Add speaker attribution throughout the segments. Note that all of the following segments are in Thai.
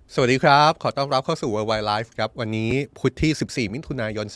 Speaker 1: สวัสดีครับขอต้อนรับเข้าสู่ Worldwide Life ครับวันนี้พุธที่14มิถุนายน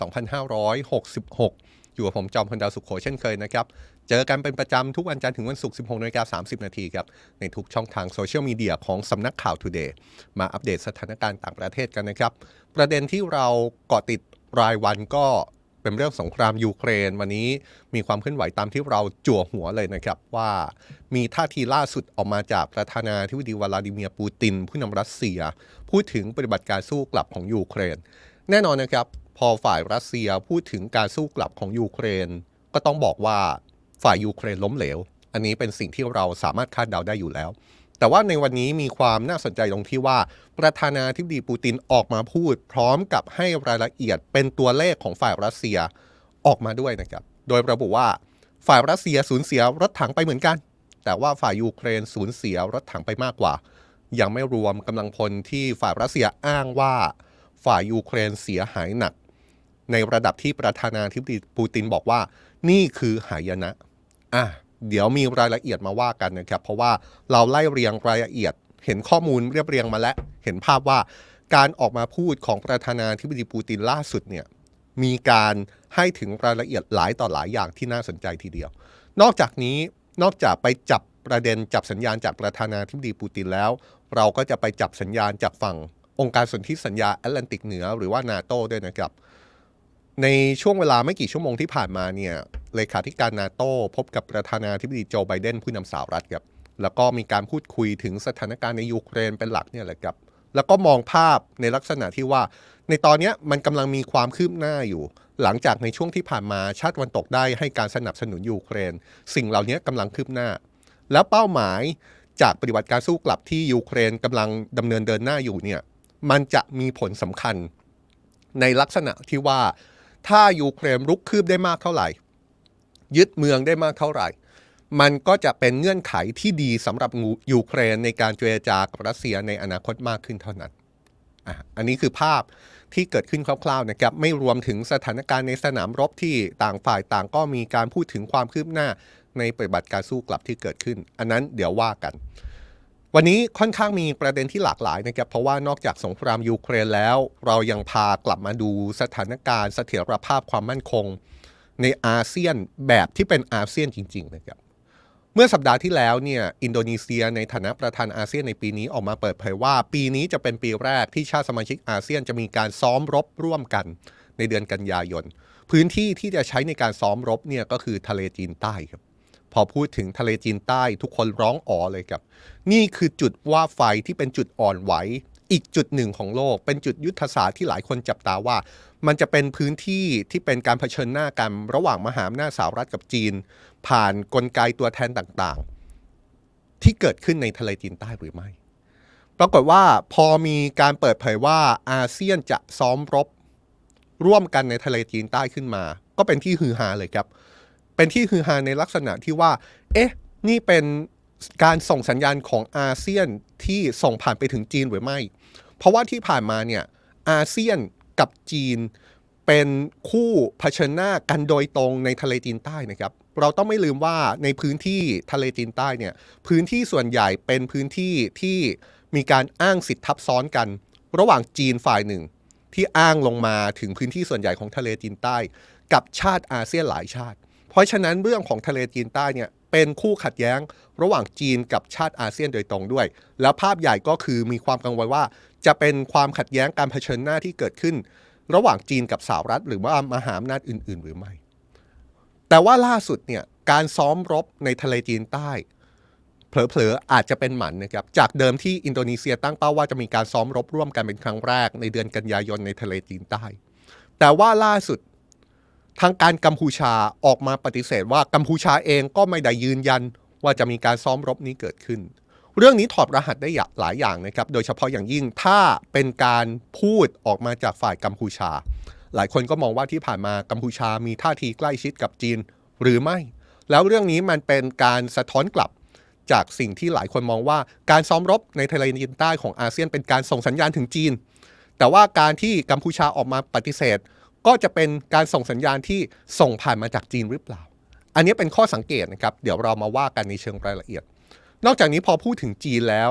Speaker 1: 2566อยู่กับผมจอมพลดาวสุขโขเช่นเคยนะครับเจอกันเป็นประจำทุกวันจันทร์ถึงวันศุกร์ 16:30 นครับในทุกช่องทางโซเชียลมีเดียของสำนักข่าว Today มาอัปเดตสถานการณ์ต่างประเทศกันนะครับประเด็นที่เราเกาะติดรายวันก็เป็นเรื่องสงครามยูเครนวันนี้มีความเคลื่อนไหวตามที่เราจั่วหัวเลยนะครับว่ามีท่าทีล่าสุดออกมาจากประธานาธิบดีวลาดิเมียร์ปูตินผู้นำรัสเซียพูดถึงปฏิบัติการสู้กลับของยูเครนแน่นอนนะครับพอฝ่ายรัสเซียพูดถึงการสู้กลับของยูเครนก็ต้องบอกว่าฝ่ายยูเครนล้มเหลวอันนี้เป็นสิ่งที่เราสามารถคาดเดาได้อยู่แล้วแต่ว่าในวันนี้มีความน่าสนใจตรงที่ว่าประธานาธิบดีปูตินออกมาพูดพร้อมกับให้รายละเอียดเป็นตัวเลขของฝ่ายรัสเซียออกมาด้วยนะครับโดยระบุว่าฝ่ายรัสเซียสูญเสียรถถังไปเหมือนกันแต่ว่าฝ่ายยูเครนสูญเสียรถถังไปมากกว่ายังไม่รวมกำลังพลที่ฝ่ายรัสเซียอ้างว่าฝ่ายยูเครนเสียหายหนักในระดับที่ประธานาธิบดีปูตินบอกว่านี่คือหายนะเดี๋ยวมีรายละเอียดมาว่ากันนะครับเพราะว่าเราไล่เรียงรายละเอียดเห็นข้อมูลเรียบเรียงมาแล้วเห็นภาพว่าการออกมาพูดของประธานาธิบดีปูตินล่าสุดเนี่ยมีการให้ถึงรายละเอียดหลายต่อหลายอย่างที่น่าสนใจทีเดียวนอกจากนี้นอกจากไปจับประเด็นจับสัญญาณจากประธานาธิบดีปูตินแล้วเราก็จะไปจับสัญญาณจากฝั่งองค์การสนธิสัญญาแอตแลนติกเหนือหรือว่านาโต้ด้วยนะครับในช่วงเวลาไม่กี่ชั่วโมงที่ผ่านมาเนี่ยเลขาธิการนาโต้พบกับประธานาธิบดีโจไบเดนผู้นำสหรัฐครับแล้วก็มีการพูดคุยถึงสถานการณ์ในยูเครนเป็นหลักเนี่ยแหละครับแล้วก็มองภาพในลักษณะที่ว่าในตอนนี้มันกำลังมีความคืบหน้าอยู่หลังจากในช่วงที่ผ่านมาชาติตะวันตกได้ให้การสนับสนุนยูเครนสิ่งเหล่านี้กำลังคืบหน้าแล้วเป้าหมายจากปฏิบัติการสู้กลับที่ยูเครนกำลังดำเนินเดินหน้าอยู่เนี่ยมันจะมีผลสำคัญในลักษณะที่ว่าถ้ายูเครนรุกคืบได้มากเท่าไหร่ยึดเมืองได้มากเท่าไหร่มันก็จะเป็นเงื่อนไขที่ดีสำหรับยูเครนในการเจรจากับรัสเซียในอนาคตมากขึ้นเท่านั้นอันนี้คือภาพที่เกิดขึ้นคร่าวๆนะครับไม่รวมถึงสถานการณ์ในสนามรบที่ต่างฝ่ายต่างก็มีการพูดถึงความคืบหน้าในปฏิบัติการสู้กลับที่เกิดขึ้นอันนั้นเดี๋ยวว่ากันวันนี้ค่อนข้างมีประเด็นที่หลากหลายนะครับเพราะว่านอกจากสงครามยูเครนแล้วเรายังพากลับมาดูสถานการณ์เสถียรภาพความมั่นคงในอาเซียนแบบที่เป็นอาเซียนจริงๆนะครับเมื่อสัปดาห์ที่แล้วเนี่ยอินโดนีเซียในฐานะประธานอาเซียนในปีนี้ออกมาเปิดเผยว่าปีนี้จะเป็นปีแรกที่ชาติสมาชิกอาเซียนจะมีการซ้อมรบร่วมกันในเดือนกันยายนพื้นที่ที่จะใช้ในการซ้อมรบเนี่ยก็คือทะเลจีนใต้ครับพอพูดถึงทะเลจีนใต้ทุกคนร้องอ๋อเลยครับนี่คือจุดว่าไฟที่เป็นจุดอ่อนไหวอีกจุดหนึ่งของโลกเป็นจุดยุทธศาสตร์ที่หลายคนจับตาว่ามันจะเป็นพื้นที่ที่เป็นการเผชิญหน้ากันระหว่างมหาอำนาจสหรัฐกับจีนผ่านกลไกตัวแทนต่างๆที่เกิดขึ้นในทะเลจีนใต้หรือไม่ปรากฏว่าพอมีการเปิดเผยว่าอาเซียนจะซ้อมรบร่วมกันในทะเลจีนใต้ขึ้นมาก็เป็นที่ฮือฮาเลยครับเป็นที่ฮือฮาในลักษณะที่ว่าเอ๊ะนี่เป็นการส่งสัญญาณของอาเซียนที่ส่งผ่านไปถึงจีนหรือไม่เพราะว่าที่ผ่านมาเนี่ยอาเซียนกับจีนเป็นคู่เผชิญหน้ากันโดยตรงในทะเลจีนใต้นะครับเราต้องไม่ลืมว่าในพื้นที่ทะเลจีนใต้เนี่ยพื้นที่ส่วนใหญ่เป็นพื้นที่ที่มีการอ้างสิทธิทับซ้อนกันระหว่างจีนฝ่ายหนึ่งที่อ้างลงมาถึงพื้นที่ส่วนใหญ่ของทะเลจีนใต้กับชาติอาเซียนหลายชาติเพราะฉะนั้นเรื่องของทะเลจีนใต้เนี่ยเป็นคู่ขัดแย้งระหว่างจีนกับชาติอาเซียนโดยตรงด้วยแล้วภาพใหญ่ก็คือมีความกังวลว่าจะเป็นความขัดแย้งการเผชิญหน้าที่เกิดขึ้นระหว่างจีนกับสหรัฐหรือว่ามหาอำนาจอื่นๆหรือไม่แต่ว่าล่าสุดเนี่ยการซ้อมรบในทะเลจีนใต้เผลอๆอาจจะเป็นหมันนะครับจากเดิมที่อินโดนีเซียตั้งเป้าว่าจะมีการซ้อมรบร่วมกันเป็นครั้งแรกในเดือนกันยายนในทะเลจีนใต้แต่ว่าล่าสุดทางการกัมพูชาออกมาปฏิเสธว่ากัมพูชาเองก็ไม่ได้ยืนยันว่าจะมีการซ้อมรบนี้เกิดขึ้นเรื่องนี้ถอดรหัสได้หลายอย่างนะครับโดยเฉพาะอย่างยิ่งถ้าเป็นการพูดออกมาจากฝ่ายกัมพูชาหลายคนก็มองว่าที่ผ่านมากัมพูชามีท่าทีใกล้ชิดกับจีนหรือไม่แล้วเรื่องนี้มันเป็นการสะท้อนกลับจากสิ่งที่หลายคนมองว่าการซ้อมรบในทะเลจีนใต้ของอาเซียนเป็นการส่งสัญญาณถึงจีนแต่ว่าการที่กัมพูชาออกมาปฏิเสธก็จะเป็นการส่งสัญญาณที่ส่งผ่านมาจากจีนหรือเปล่าอันนี้เป็นข้อสังเกตนะครับเดี๋ยวเรามาว่ากันในเชิงรายละเอียดนอกจากนี้พอพูดถึงจีนแล้ว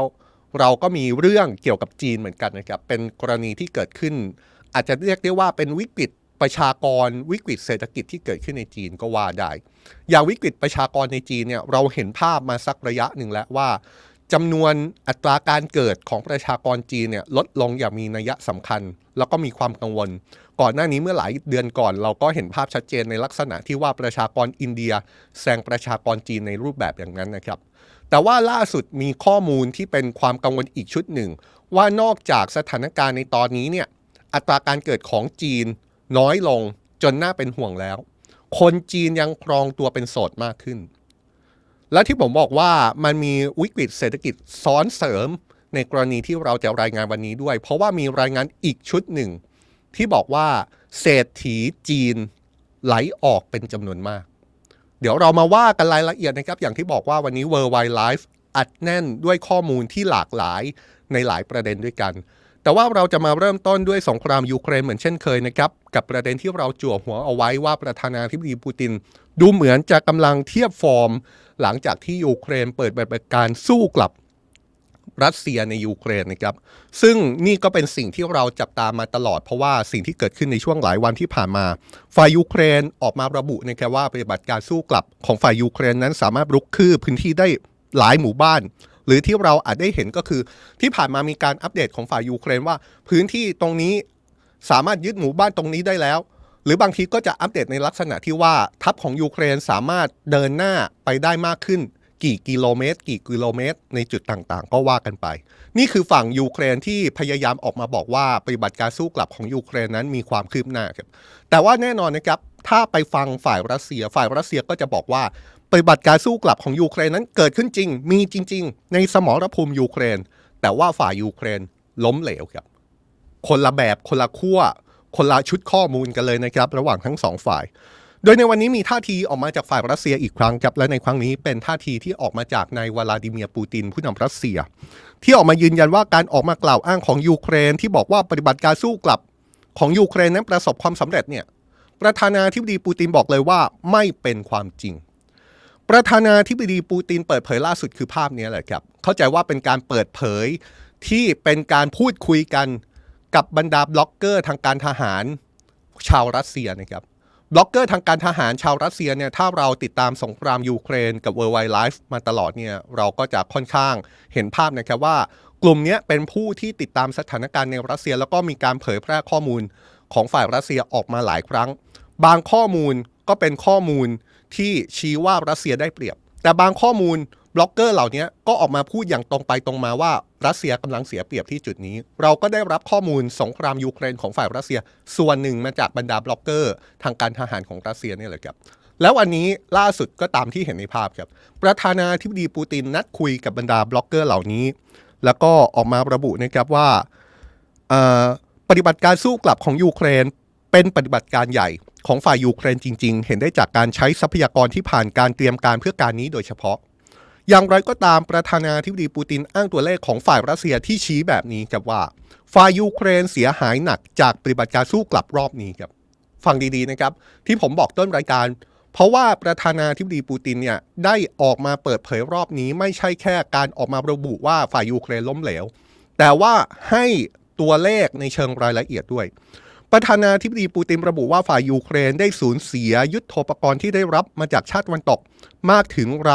Speaker 1: เราก็มีเรื่องเกี่ยวกับจีนเหมือนกันนะครับเป็นกรณีที่เกิดขึ้นอาจจะเรียกได้ว่าเป็นวิกฤตประชากรวิกฤตเศรษฐกิจที่เกิดขึ้นในจีนก็ว่าได้อย่างวิกฤตประชากรในจีนเนี่ยเราเห็นภาพมาสักระยะหนึ่งแล้วว่าจำนวนอัตราการเกิดของประชากรจีนเนี่ยลดลงอย่างมีนัยสำคัญแล้วก็มีความกังวลก่อนหน้านี้เมื่อหลายเดือนก่อนเราก็เห็นภาพชัดเจนในลักษณะที่ว่าประชากรอินเดียแซงประชากรจีนในรูปแบบอย่างนั้นนะครับแต่ว่าล่าสุดมีข้อมูลที่เป็นความกังวลอีกชุดหนึ่งว่านอกจากสถานการณ์ในตอนนี้เนี่ยอัตราการเกิดของจีนน้อยลงจนน่าเป็นห่วงแล้วคนจีนยังครองตัวเป็นโสดมากขึ้นและที่ผมบอกว่ามันมีวิกฤตเศรษฐกิจซ้อนเสริมในกรณีที่เราจะรายงานวันนี้ด้วยเพราะว่ามีรายงานอีกชุดหนึ่งที่บอกว่าเศรษฐีจีนไหลออกเป็นจำนวนมากเดี๋ยวเรามาว่ากันรายละเอียดนะครับอย่างที่บอกว่าวันนี้ Worldwide Live อัดแน่นด้วยข้อมูลที่หลากหลายในหลายประเด็นด้วยกันแต่ว่าเราจะมาเริ่มต้นด้วยสงครามยูเครนเหมือนเช่นเคยนะครับกับประเด็นที่เราจั่วหัวเอาไว้ว่าประธานาธิบดีปูตินดูเหมือนจะกำลังเทียบฟอร์มหลังจากที่ยูเครนเปิดปฏิบัติการสู้กลับรัสเซียในยูเครนนะครับซึ่งนี่ก็เป็นสิ่งที่เราจับตามมาตลอดเพราะว่าสิ่งที่เกิดขึ้นในช่วงหลายวันที่ผ่านมาฝ่ายยูเครนออกมาระบุนะครับว่าปฏิบัติการสู้กลับของฝ่ายยูเครนนั้นสามารถรุกคืบพื้นที่ได้หลายหมู่บ้านหรือที่เราอาจได้เห็นก็คือที่ผ่านมามีการอัปเดตของฝ่ายยูเครนว่าพื้นที่ตรงนี้สามารถยึดหมู่บ้านตรงนี้ได้แล้วหรือบางทีก็จะอัปเดตในลักษณะที่ว่าทัพของยูเครนสามารถเดินหน้าไปได้มากขึ้นกี่กิโลเมตรในจุดต่างๆก็ว่ากันไปนี่คือฝั่งยูเครนที่พยายามออกมาบอกว่าปฏิบัติการสู้กลับของยูเครนนั้นมีความคืบหน้าครับแต่ว่าแน่นอนนะครับถ้าไปฟังฝ่ายรัสเซียก็จะบอกว่าปฏิบัติการสู้กลับของยูเครนนั้นเกิดขึ้นจริงมีจริงๆในสมรภูมิยูเครนแต่ว่าฝ่ายยูเครนล้มเหลวครับคนละแบบคนละขั้วคนละชุดข้อมูลกันเลยนะครับระหว่างทั้งสองฝ่ายโดยในวันนี้มีท่าทีออกมาจากฝ่ายรัสเซียอีกครั้งครับและในครั้งนี้เป็นท่าทีที่ออกมาจากนายวลาดิเมียร์ปูตินผู้นำรัสเซียที่ออกมายืนยันว่าการออกมากล่าวอ้างของยูเครนที่บอกว่าปฏิบัติการสู้กลับของยูเครนนั้นประสบความสำเร็จเนี่ยประธานาธิบดีปูตินบอกเลยว่าไม่เป็นความจริงประธานาธิบดีปูตินเปิดเผยล่าสุดคือภาพนี้แหละครับเข้าใจว่าเป็นการเปิดเผยที่เป็นการพูดคุยกันกับบรรดาบล็อกเกอร์ทางการทหารชาวรัสเซียนะครับบล็อกเกอร์ทางการทหารชาวรัสเซียเนี่ยถ้าเราติดตามสงครามยูเครนกับ Worldwide Live มาตลอดเนี่ยเราก็จะค่อนข้างเห็นภาพนะครับว่ากลุ่มนี้เป็นผู้ที่ติดตามสถานการณ์ในรัสเซียแล้วก็มีการเผยแพร่ข้อมูลของฝ่ายรัสเซียออกมาหลายครั้งบางข้อมูลก็เป็นข้อมูลที่ชี้ว่ารัสเซียได้เปรียบแต่บางข้อมูลบล็อกเกอร์เหล่านี้ก็ออกมาพูดอย่างตรงไปตรงมาว่ารัสเซียกำลังเสียเปรียบที่จุดนี้เราก็ได้รับข้อมูลสงครามยูเครนของฝ่ายรัสเซียส่วนหนึ่งมาจากบรรดาบล็อกเกอร์ทางการทหารของรัสเซียนี่แหละครับแล้ววันนี้ล่าสุดก็ตามที่เห็นในภาพครับประธานาธิบดีปูตินนัดคุยกับบรรดาบล็อกเกอร์เหล่านี้แล้วก็ออกมาระบุนะครับว่าปฏิบัติการสู้กลับของยูเครนเป็นปฏิบัติการใหญ่ของฝ่ายยูเครนจริงๆเห็นได้จากการใช้ทรัพยากรที่ผ่านการเตรียมการเพื่อการนี้โดยเฉพาะอย่างไรก็ตามประธานาธิบดีปูตินอ้างตัวเลขของฝ่ายรัสเซียที่ชี้แบบนี้ครับว่าฝ่ายยูเครนเสียหายหนักจากปฏิบัติการสู้กลับรอบนี้ครับฟังดีๆนะครับที่ผมบอกต้นรายการเพราะว่าประธานาธิบดีปูตินเนี่ยได้ออกมาเปิดเผยรอบนี้ไม่ใช่แค่การออกมาระบุว่าฝ่ายยูเครนล้มเหลวแต่ว่าให้ตัวเลขในเชิงรายละเอียดด้วยประธานาธิบดีปูตินระบุว่าฝ่ายยูเครนได้สูญเสียยุทโธปกรณ์ที่ได้รับมาจากชาติตะวันตกมากถึงราว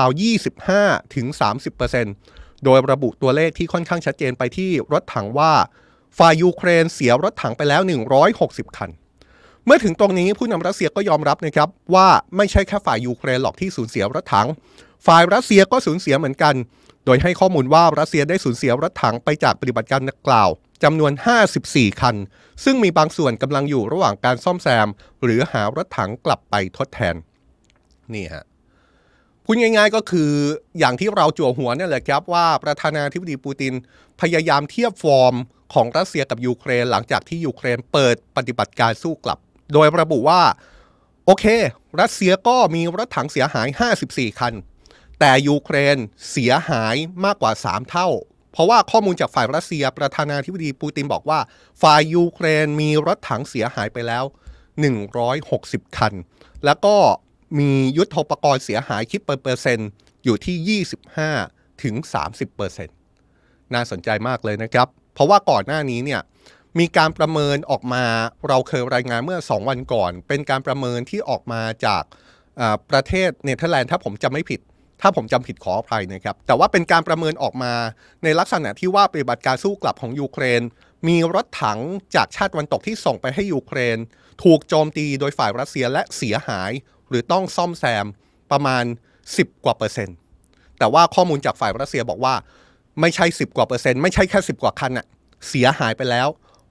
Speaker 1: 25-30% โดยระบุตัวเลขที่ค่อนข้างชัดเจนไปที่รถถังว่าฝ่ายยูเครนเสียรถถังไปแล้ว160คันเมื่อถึงตรงนี้ผู้นำรัสเซียก็ยอมรับนะครับว่าไม่ใช่แค่ฝ่ายยูเครนหรอกที่สูญเสียรถถังฝ่ายรัสเซียก็สูญเสียเหมือนกันโดยให้ข้อมูลว่ารัสเซียได้สูญเสียรถถังไปจากปฏิบัติการดังกล่าวจำนวน54คันซึ่งมีบางส่วนกำลังอยู่ระหว่างการซ่อมแซมหรือหารถถังกลับไปทดแทนนี่ฮะพูดง่ายๆก็คืออย่างที่เราจั่วหัวนี่แหละครับว่าประธานาธิบดีปูตินพยายามเทียบฟอร์มของรัสเซียกับยูเครนหลังจากที่ยูเครนเปิดปฏิบัติการสู้กลับโดยระบุว่าโอเครัสเซียก็มีรถถังเสียหาย54คันแต่ยูเครนเสียหายมากกว่า3เท่าเพราะว่าข้อมูลจากฝ่ายรัสเซียประธานาธิบดีปูตินบอกว่าฝ่ายยูเครนมีรถถังเสียหายไปแล้ว160คันแล้วก็มียุทโธปกรณ์เสียหายคิดเป็นเปอร์เซ็นต์อยู่ที่25-30%นน่าสนใจมากเลยนะครับเพราะว่าก่อนหน้านี้เนี่ยมีการประเมินออกมาเราเคยรายงานเมื่อ2วันก่อนเป็นการประเมินที่ออกมาจากประเทศเนเธอร์แลนด์ถ้าผมจำไม่ผิดถ้าผมจำผิดขออภัยนะครับแต่ว่าเป็นการประเมินออกมาในลักษณะที่ว่าปฏิบัติการสู้กลับของยูเครนมีรถถังจากชาติตะวันตกที่ส่งไปให้ยูเครนถูกโจมตีโดยฝ่ายรัสเซียและเสียหายหรือต้องซ่อมแซมประมาณ10กว่าเปอร์เซ็นต์แต่ว่าข้อมูลจากฝ่ายรัสเซียบอกว่าไม่ใช่10กว่าเปอร์เซ็นต์ไม่ใช่แค่10กว่าคันอะเสียหายไปแล้ว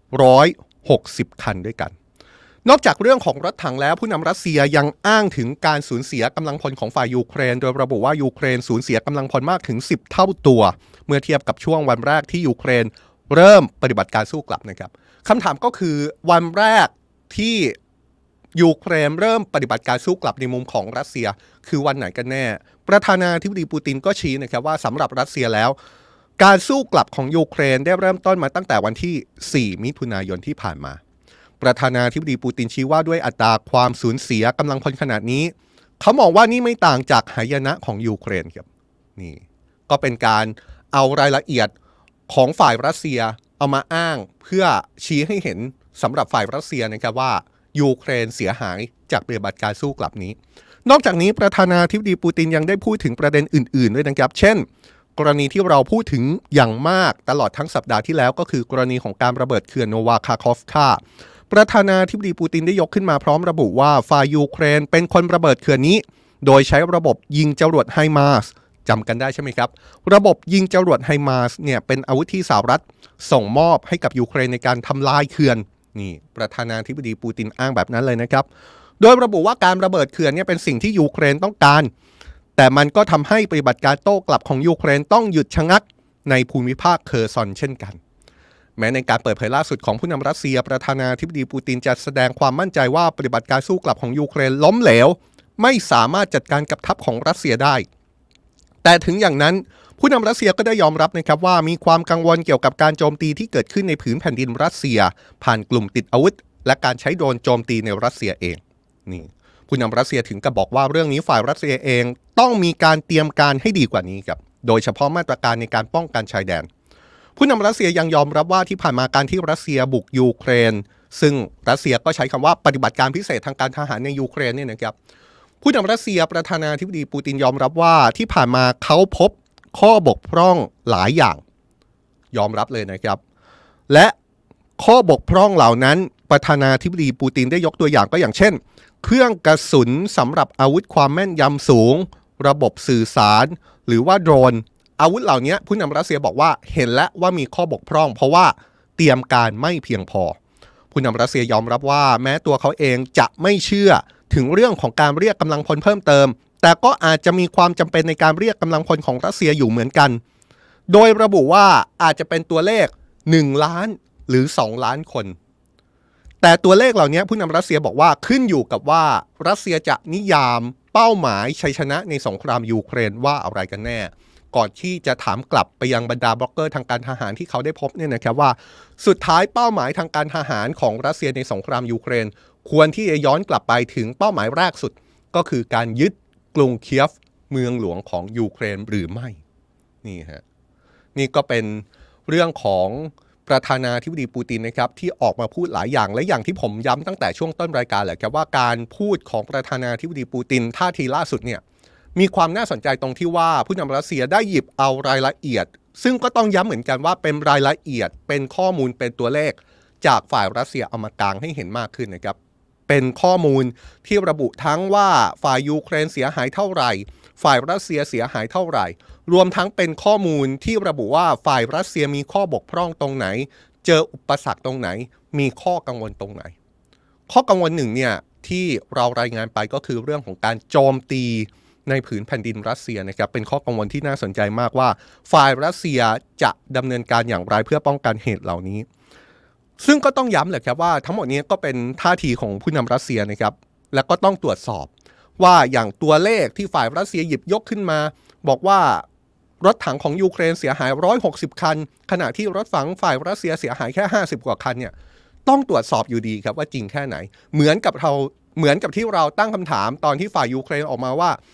Speaker 1: 160คันด้วยกันนอกจากเรื่องของรถถังแล้วผู้นำรัสเซียยังอ้างถึงการสูญเสียกำลังพลของฝ่ายยูเครนโดยระบุว่ายูเครนสูญเสียกำลังพลมากถึง10เท่าตัวเมื่อเทียบกับช่วงวันแรกที่ยูเครนเริ่มปฏิบัติการสู้กลับนะครับคำถามก็คือวันแรกที่ยูเครนเริ่มปฏิบัติการสู้กลับในมุมของรัสเซียคือวันไหนกันแน่ประธานาธิบดีปูตินก็ชี้นะครับว่าสำหรับรัสเซียแล้วการสู้กลับของยูเครนได้เริ่มต้นมาตั้งแต่วันที่4มิถุนายนที่ผ่านมาประธานาธิบดีปูตินชี้ว่าด้วยอัตราความสูญเสียกำลังพลขนาดนี้เขามองว่านี่ไม่ต่างจากหายนะของยูเครนครับนี่ก็เป็นการเอารายละเอียดของฝ่ายรัสเซียเอามาอ้างเพื่อชี้ให้เห็นสำหรับฝ่ายรัสเซียนะครับว่ายูเครนเสียหายจากปฏิบัติการสู้กลับนี้นอกจากนี้ประธานาธิบดีปูตินยังได้พูดถึงประเด็นอื่นๆด้วยนะครับเช่นกรณีที่เราพูดถึงอย่างมากตลอดทั้งสัปดาห์ที่แล้วก็คือกรณีของการระเบิดเขื่อนโนวาคาคอฟคาประธานาธิบดีปูตินได้ยกขึ้นมาพร้อมระบุว่าฝ่ายยูเครนเป็นคนระเบิดเขื่อนนี้โดยใช้ระบบยิงจรวดไฮมาร์สจำกันได้ใช่ไหมครับระบบยิงจรวดไฮมาร์สเนี่ยเป็นอาวุธที่สหรัฐส่งมอบให้กับยูเครนในการทำลายเขื่อนนี่ประธานาธิบดีปูตินอ้างแบบนั้นเลยนะครับโดยระบุว่าการระเบิดเขื่อนเนี่ยเป็นสิ่งที่ยูเครนต้องการแต่มันก็ทำให้ปฏิบัติการโต้กลับของยูเครนต้องหยุดชะงักในภูมิภาคเคอร์ซอนเช่นกันแม้ในการเปิดเผยล่าสุดของผู้นำรัสเซียประธานาธิบดีปูตินจะแสดงความมั่นใจว่าปฏิบัติการสู้กลับของยูเครนล้มเหลวไม่สามารถจัดการกับทัพของรัสเซียได้แต่ถึงอย่างนั้นผู้นำรัสเซียก็ได้ยอมรับนะครับว่ามีความกังวลเกี่ยวกับการโจมตีที่เกิดขึ้นในผืนแผ่นดินรัสเซียผ่านกลุ่มติดอาวุธและการใช้โดรนโจมตีในรัสเซียเองนี่ผู้นำรัสเซียถึงกับบอกว่าเรื่องนี้ฝ่ายรัสเซียเองต้องมีการเตรียมการให้ดีกว่านี้ครับโดยเฉพาะมาตรการในการป้องกันชายแดนผู้นำรัสเซียยังยอมรับว่าที่ผ่านมาการที่รัสเซียบุกยูเครนซึ่งรัสเซียก็ใช้คำว่าปฏิบัติการพิเศษทางการทหารในยูเครนเนี่ยนะครับผู้นำรัสเซียประธานาธิบดีปูตินยอมรับว่าที่ผ่านมาเขาพบข้อบกพร่องหลายอย่างยอมรับเลยนะครับและข้อบกพร่องเหล่านั้นประธานาธิบดีปูตินได้ยกตัวอย่างก็อย่างเช่นเครื่องกระสุนสำหรับอาวุธความแม่นยำสูงระบบสื่อสารหรือว่าโดรนอาวุธเหล่านี้ผู้นำรัสเซียบอกว่าเห็นแล้วว่ามีข้อบกพร่องเพราะว่าเตรียมการไม่เพียงพอผู้นำรัสเซียยอมรับว่าแม้ตัวเขาเองจะไม่เชื่อถึงเรื่องของการเรียกกำลังพลเพิ่มเติมแต่ก็อาจจะมีความจำเป็นในการเรียกกำลังพลของรัสเซียอยู่เหมือนกันโดยระบุว่าอาจจะเป็นตัวเลข1ล้านหรือ2ล้านคนแต่ตัวเลขเหล่านี้ผู้นำรัสเซียบอกว่าขึ้นอยู่กับว่ารัสเซียจะนิยามเป้าหมายชัยชนะในสงครามยูเครนว่าอะไรกันแน่ก่อนที่จะถามกลับไปยังบรรดาบล็อกเกอร์ทางการทหารที่เขาได้พบเนี่ยนะครับว่าสุดท้ายเป้าหมายทางการทหารของรัสเซียในสงครามยูเครนควรที่จะย้อนกลับไปถึงเป้าหมายแรกสุดก็คือการยึดกรุงเคียฟเมืองหลวงของยูเครนหรือไม่นี่ฮะนี่ก็เป็นเรื่องของประธานาธิบดีปูตินนะครับที่ออกมาพูดหลายอย่างและอย่างที่ผมย้ำตั้งแต่ช่วงต้นรายการแหละครับว่าการพูดของประธานาธิบดีปูตินท่าทีล่าสุดเนี่ยมีความน่าสนใจตรงที่ว่าผู้นำรัสเซียได้หยิบเอารายละเอียดซึ่งก็ต้องย้ำเหมือนกันว่าเป็นรายละเอียดเป็นข้อมูลเป็นตัวเลขจากฝ่ายรัสเซียเอามากางให้เห็นมากขึ้นนะครับเป็นข้อมูลที่ระบุทั้งว่าฝ่ายยูเครนเสียหายเท่าไหร่ฝ่ายรัสเซียเสียหายเท่าไหร่รวมทั้งเป็นข้อมูลที่ระบุว่าฝ่ายรัสเซียมีข้อบกพร่องตรงไหนเจออุปสรรคตรงไหนมีข้อกังวลตรงไหนข้อกังวลหนึ่งเนี่ยที่เรารายงานไปก็คือเรื่องของการโจมตีในผืนแผ่นดินรัสเซียนะครับเป็นข้อกังวลที่น่าสนใจมากว่าฝ่ายรัสเซียจะดำเนินการอย่างไรเพื่อป้องกันเหตุเหล่านี้ซึ่งก็ต้องย้ำเลยครับว่าทั้งหมดนี้ก็เป็นท่าทีของผู้นำรัสเซียนะครับและก็ต้องตรวจสอบว่าอย่างตัวเลขที่ฝ่ายรัสเซียหยิบยกขึ้นมาบอกว่ารถถังของยูเครนเสียหาย160คันขณะที่รถถังฝ่ายรัสเซียเสียหายแค่50กว่าคันเนี่ยต้องตรวจสอบอยู่ดีครับว่าจริงแค่ไหนเหมือนกับที่เราตั้งคำถามตอนที่ฝ่ายยูเครนออกมาว่า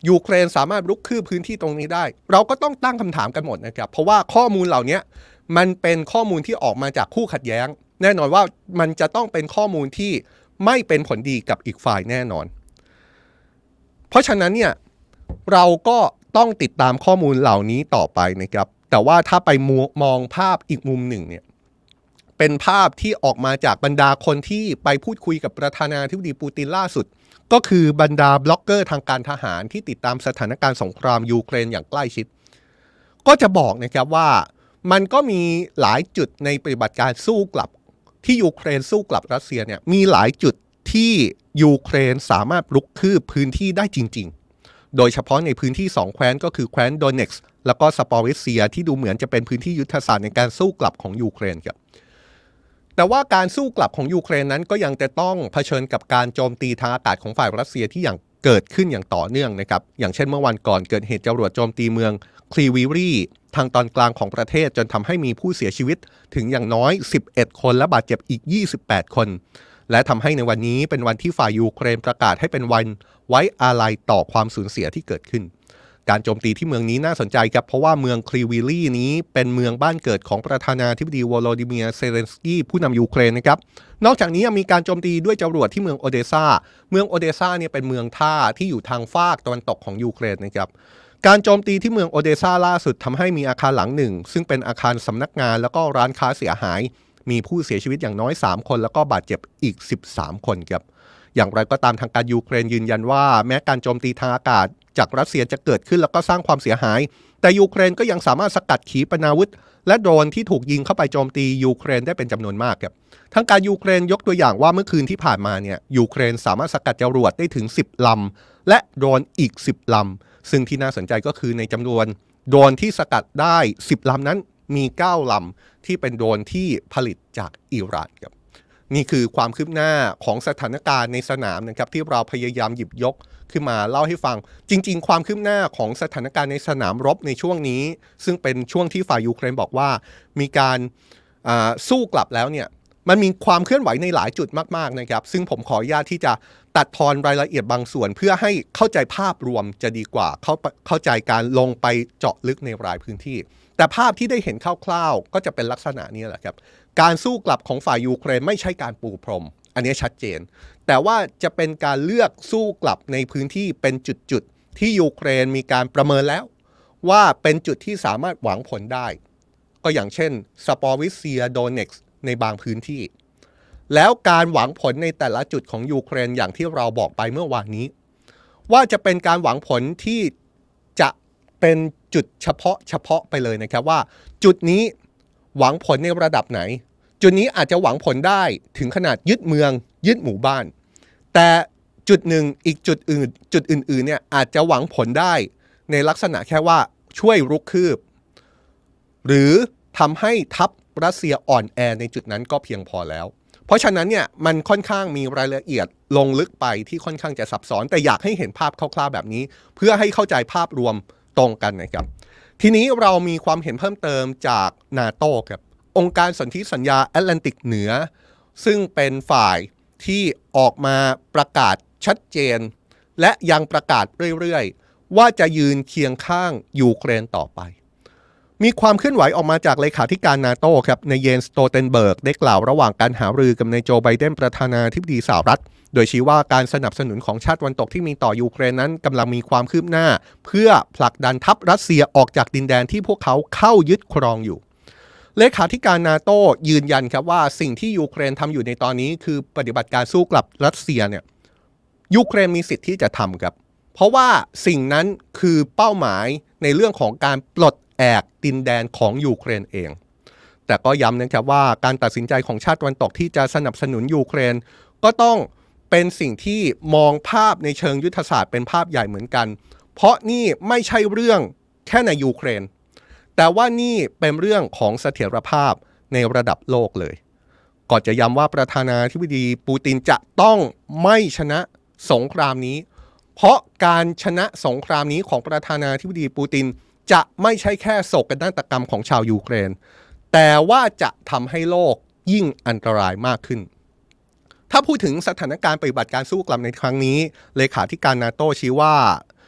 Speaker 1: ยูเครนสามารถรุกคืบพื้นที่ตรงนี้ได้เราก็ต้องตั้งคำถามกันหมดนะครับเพราะว่าข้อมูลเหล่านี้มันเป็นข้อมูลที่ออกมาจากคู่ขัดแย้งแน่นอนว่ามันจะต้องเป็นข้อมูลที่ไม่เป็นผลดีกับอีกฝ่ายแน่นอนเพราะฉะนั้นเนี่ยเราก็ต้องติดตามข้อมูลเหล่านี้ต่อไปนะครับแต่ว่าถ้าไปมองภาพอีกมุมหนึ่งเนี่ยเป็นภาพที่ออกมาจากบรรดาคนที่ไปพูดคุยกับประธานาธิบดีปูตินล่าสุดก็คือบรรดาบล็อกเกอร์ทางการทหารที่ติดตามสถานการณ์สงครามยูเครนอย่างใกล้ชิดก็จะบอกนะครับว่ามันก็มีหลายจุดในปฏิบัติการสู้กลับที่ยูเครนสู้กลับรัสเซียเนี่ยมีหลายจุดที่ยูเครนสามารถรุกคืบพื้นที่ได้จริงๆโดยเฉพาะในพื้นที่2แคว้นก็คือแคว้นโดเน็กซ์แล้วก็ซาปอริเซียที่ดูเหมือนจะเป็นพื้นที่ยุทธศาสตร์ในการสู้กลับของยูเครนครับแต่ว่าการสู้กลับของยูเครนนั้นก็ยังจะต้องเผชิญกับการโจมตีทางอากาศของฝ่ายรัสเซียที่เกิดขึ้นอย่างต่อเนื่องนะครับอย่างเช่นเมื่อวันก่อนเกิดเหตุจรวดโจมตีเมืองคลีวิรีทางตอนกลางของประเทศจนทำให้มีผู้เสียชีวิตถึงอย่างน้อย11คนและบาดเจ็บอีก28คนและทำให้ในวันนี้เป็นวันที่ฝ่ายยูเครนประกาศให้เป็นวันไว้อาลัยต่อความสูญเสียที่เกิดขึ้นการโจมตีที่เมืองนี้น่าสนใจครับเพราะว่าเมืองคลีวิลีนี้เป็นเมืองบ้านเกิดของประธานาธิบดีวโลดิเมียร์เซเลนสกี้ผู้นำยูเครนนะครับนอกจากนี้ยังมีการโจมตีด้วยจรวดที่เมืองโอเดซาเมืองโอเดซาเนี่ยเป็นเมืองท่าที่อยู่ทางฟากตะวันตกของยูเครนนะครับการโจมตีที่เมืองโอเดซาล่าสุดทำให้มีอาคารหลังหนึ่งซึ่งเป็นอาคารสำนักงานแล้วก็ร้านค้าเสียหายมีผู้เสียชีวิตอย่างน้อย3คนแล้วก็บาดเจ็บอีก13คนครับอย่างไรก็ตามทางการยูเครนยืนยันว่าแม้การโจมตีทางอากาศจากรัสเซียจะเกิดขึ้นแล้วก็สร้างความเสียหายแต่ยูเครนก็ยังสามารถสกัดขีปนาวุธและโดรนที่ถูกยิงเข้าไปโจมตียูเครนได้เป็นจำนวนมากครับทางการยูเครนยกตัวอย่างว่าเมื่อคืนที่ผ่านมาเนี่ยยูเครนสามารถสกัดจรวดได้ถึง10ลำและโดรนอีก10ลำซึ่งที่น่าสนใจก็คือในจำนวนโดรนที่สกัดได้10ลำนั้นมี9ลำที่เป็นโดรนที่ผลิตจากอิหร่านครับนี่คือความคืบหน้าของสถานการณ์ในสนามนะครับที่เราพยายามหยิบยกขึ้นมาเล่าให้ฟังจริงๆความคืบหน้าของสถานการณ์ในสนามรบในช่วงนี้ซึ่งเป็นช่วงที่ฝ่ายยูเครนบอกว่ามีการสู้กลับแล้วเนี่ยมันมีความเคลื่อนไหวในหลายจุดมากๆนะครับซึ่งผมขออนุญาตที่จะตัดทอนรายละเอียดบางส่วนเพื่อให้เข้าใจภาพรวมจะดีกว่าเข้าใจการลงไปเจาะลึกในรายพื้นที่แต่ภาพที่ได้เห็นคร่าวๆก็จะเป็นลักษณะนี้แหละครับการสู้กลับของฝ่ายยูเครนไม่ใช่การปูพรมอันนี้ชัดเจนแต่ว่าจะเป็นการเลือกสู้กลับในพื้นที่เป็นจุดๆที่ยูเครนมีการประเมินแล้วว่าเป็นจุดที่สามารถหวังผลได้ก็อย่างเช่นซาปอริเซียโดเน็กซ์ในบางพื้นที่แล้วการหวังผลในแต่ละจุดของยูเครนอย่างที่เราบอกไปเมื่อวานนี้ว่าจะเป็นการหวังผลที่จะเป็นจุดเฉพาะไปเลยนะครับว่าจุดนี้หวังผลในระดับไหนจุดนี้อาจจะหวังผลได้ถึงขนาดยึดเมืองยึดหมู่บ้านแต่จุดหนึ่งอีกจุดอื่นเนี่ยอาจจะหวังผลได้ในลักษณะแค่ว่าช่วยรุกคืบหรือทำให้ทัพรัสเซียอ่อนแอในจุดนั้นก็เพียงพอแล้วเพราะฉะนั้นเนี่ยมันค่อนข้างมีรายละเอียดลงลึกไปที่ค่อนข้างจะซับซ้อนแต่อยากให้เห็นภาพคร่าวๆแบบนี้เพื่อให้เข้าใจภาพรวมตรงกันนะครับทีนี้เรามีความเห็นเพิ่มเติมจากนาโต้ครับองค์การสนธิสัญญาแอตแลนติกเหนือซึ่งเป็นฝ่ายที่ออกมาประกาศชัดเจนและยังประกาศเรื่อยๆว่าจะยืนเคียงข้างยูเครนต่อไปมีความเคลื่อนไหวออกมาจากเลขาธิการนาโต้ครับในเยนสโตเทนเบิร์กได้กล่าวระหว่างการหารือกับนายโจไบเดนประธานาธิบดีสหรัฐโดยชี้ว่าการสนับสนุนของชาติตะวันตกที่มีต่อยูเครนนั้นกำลังมีความคืบหน้าเพื่อผลักดันทัพรัสเซียออกจากดินแดนที่พวกเขาเข้ายึดครองอยู่เลขาธิการนาโต้ยืนยันครับว่าสิ่งที่ยูเครนทำอยู่ในตอนนี้คือปฏิบัติการสู้กลับรัสเซียเนี่ยยูเครนมีสิทธิ์ที่จะทำครับเพราะว่าสิ่งนั้นคือเป้าหมายในเรื่องของการปลดแอกดินแดนของยูเครนเองแต่ก็ย้ำนะครับว่าการตัดสินใจของชาติตะวันตกที่จะสนับสนุนยูเครนก็ต้องเป็นสิ่งที่มองภาพในเชิงยุทธศาสตร์เป็นภาพใหญ่เหมือนกันเพราะนี่ไม่ใช่เรื่องแค่ในยูเครนแต่ว่านี่เป็นเรื่องของเสถียรภาพในระดับโลกเลยก่อนจะย้ำว่าประธานาธิบดีปูตินจะต้องไม่ชนะสงครามนี้เพราะการชนะสงครามนี้ของประธานาธิบดีปูตินจะไม่ใช่แค่โศกนาฏกรรมของชาวยูเครนแต่ว่าจะทำให้โลกยิ่งอันตรายมากขึ้นถ้าพูดถึงสถานการณ์ปฏิบัติการสู้กลับในครั้งนี้เลขาธิการนาโต้ชี้ว่า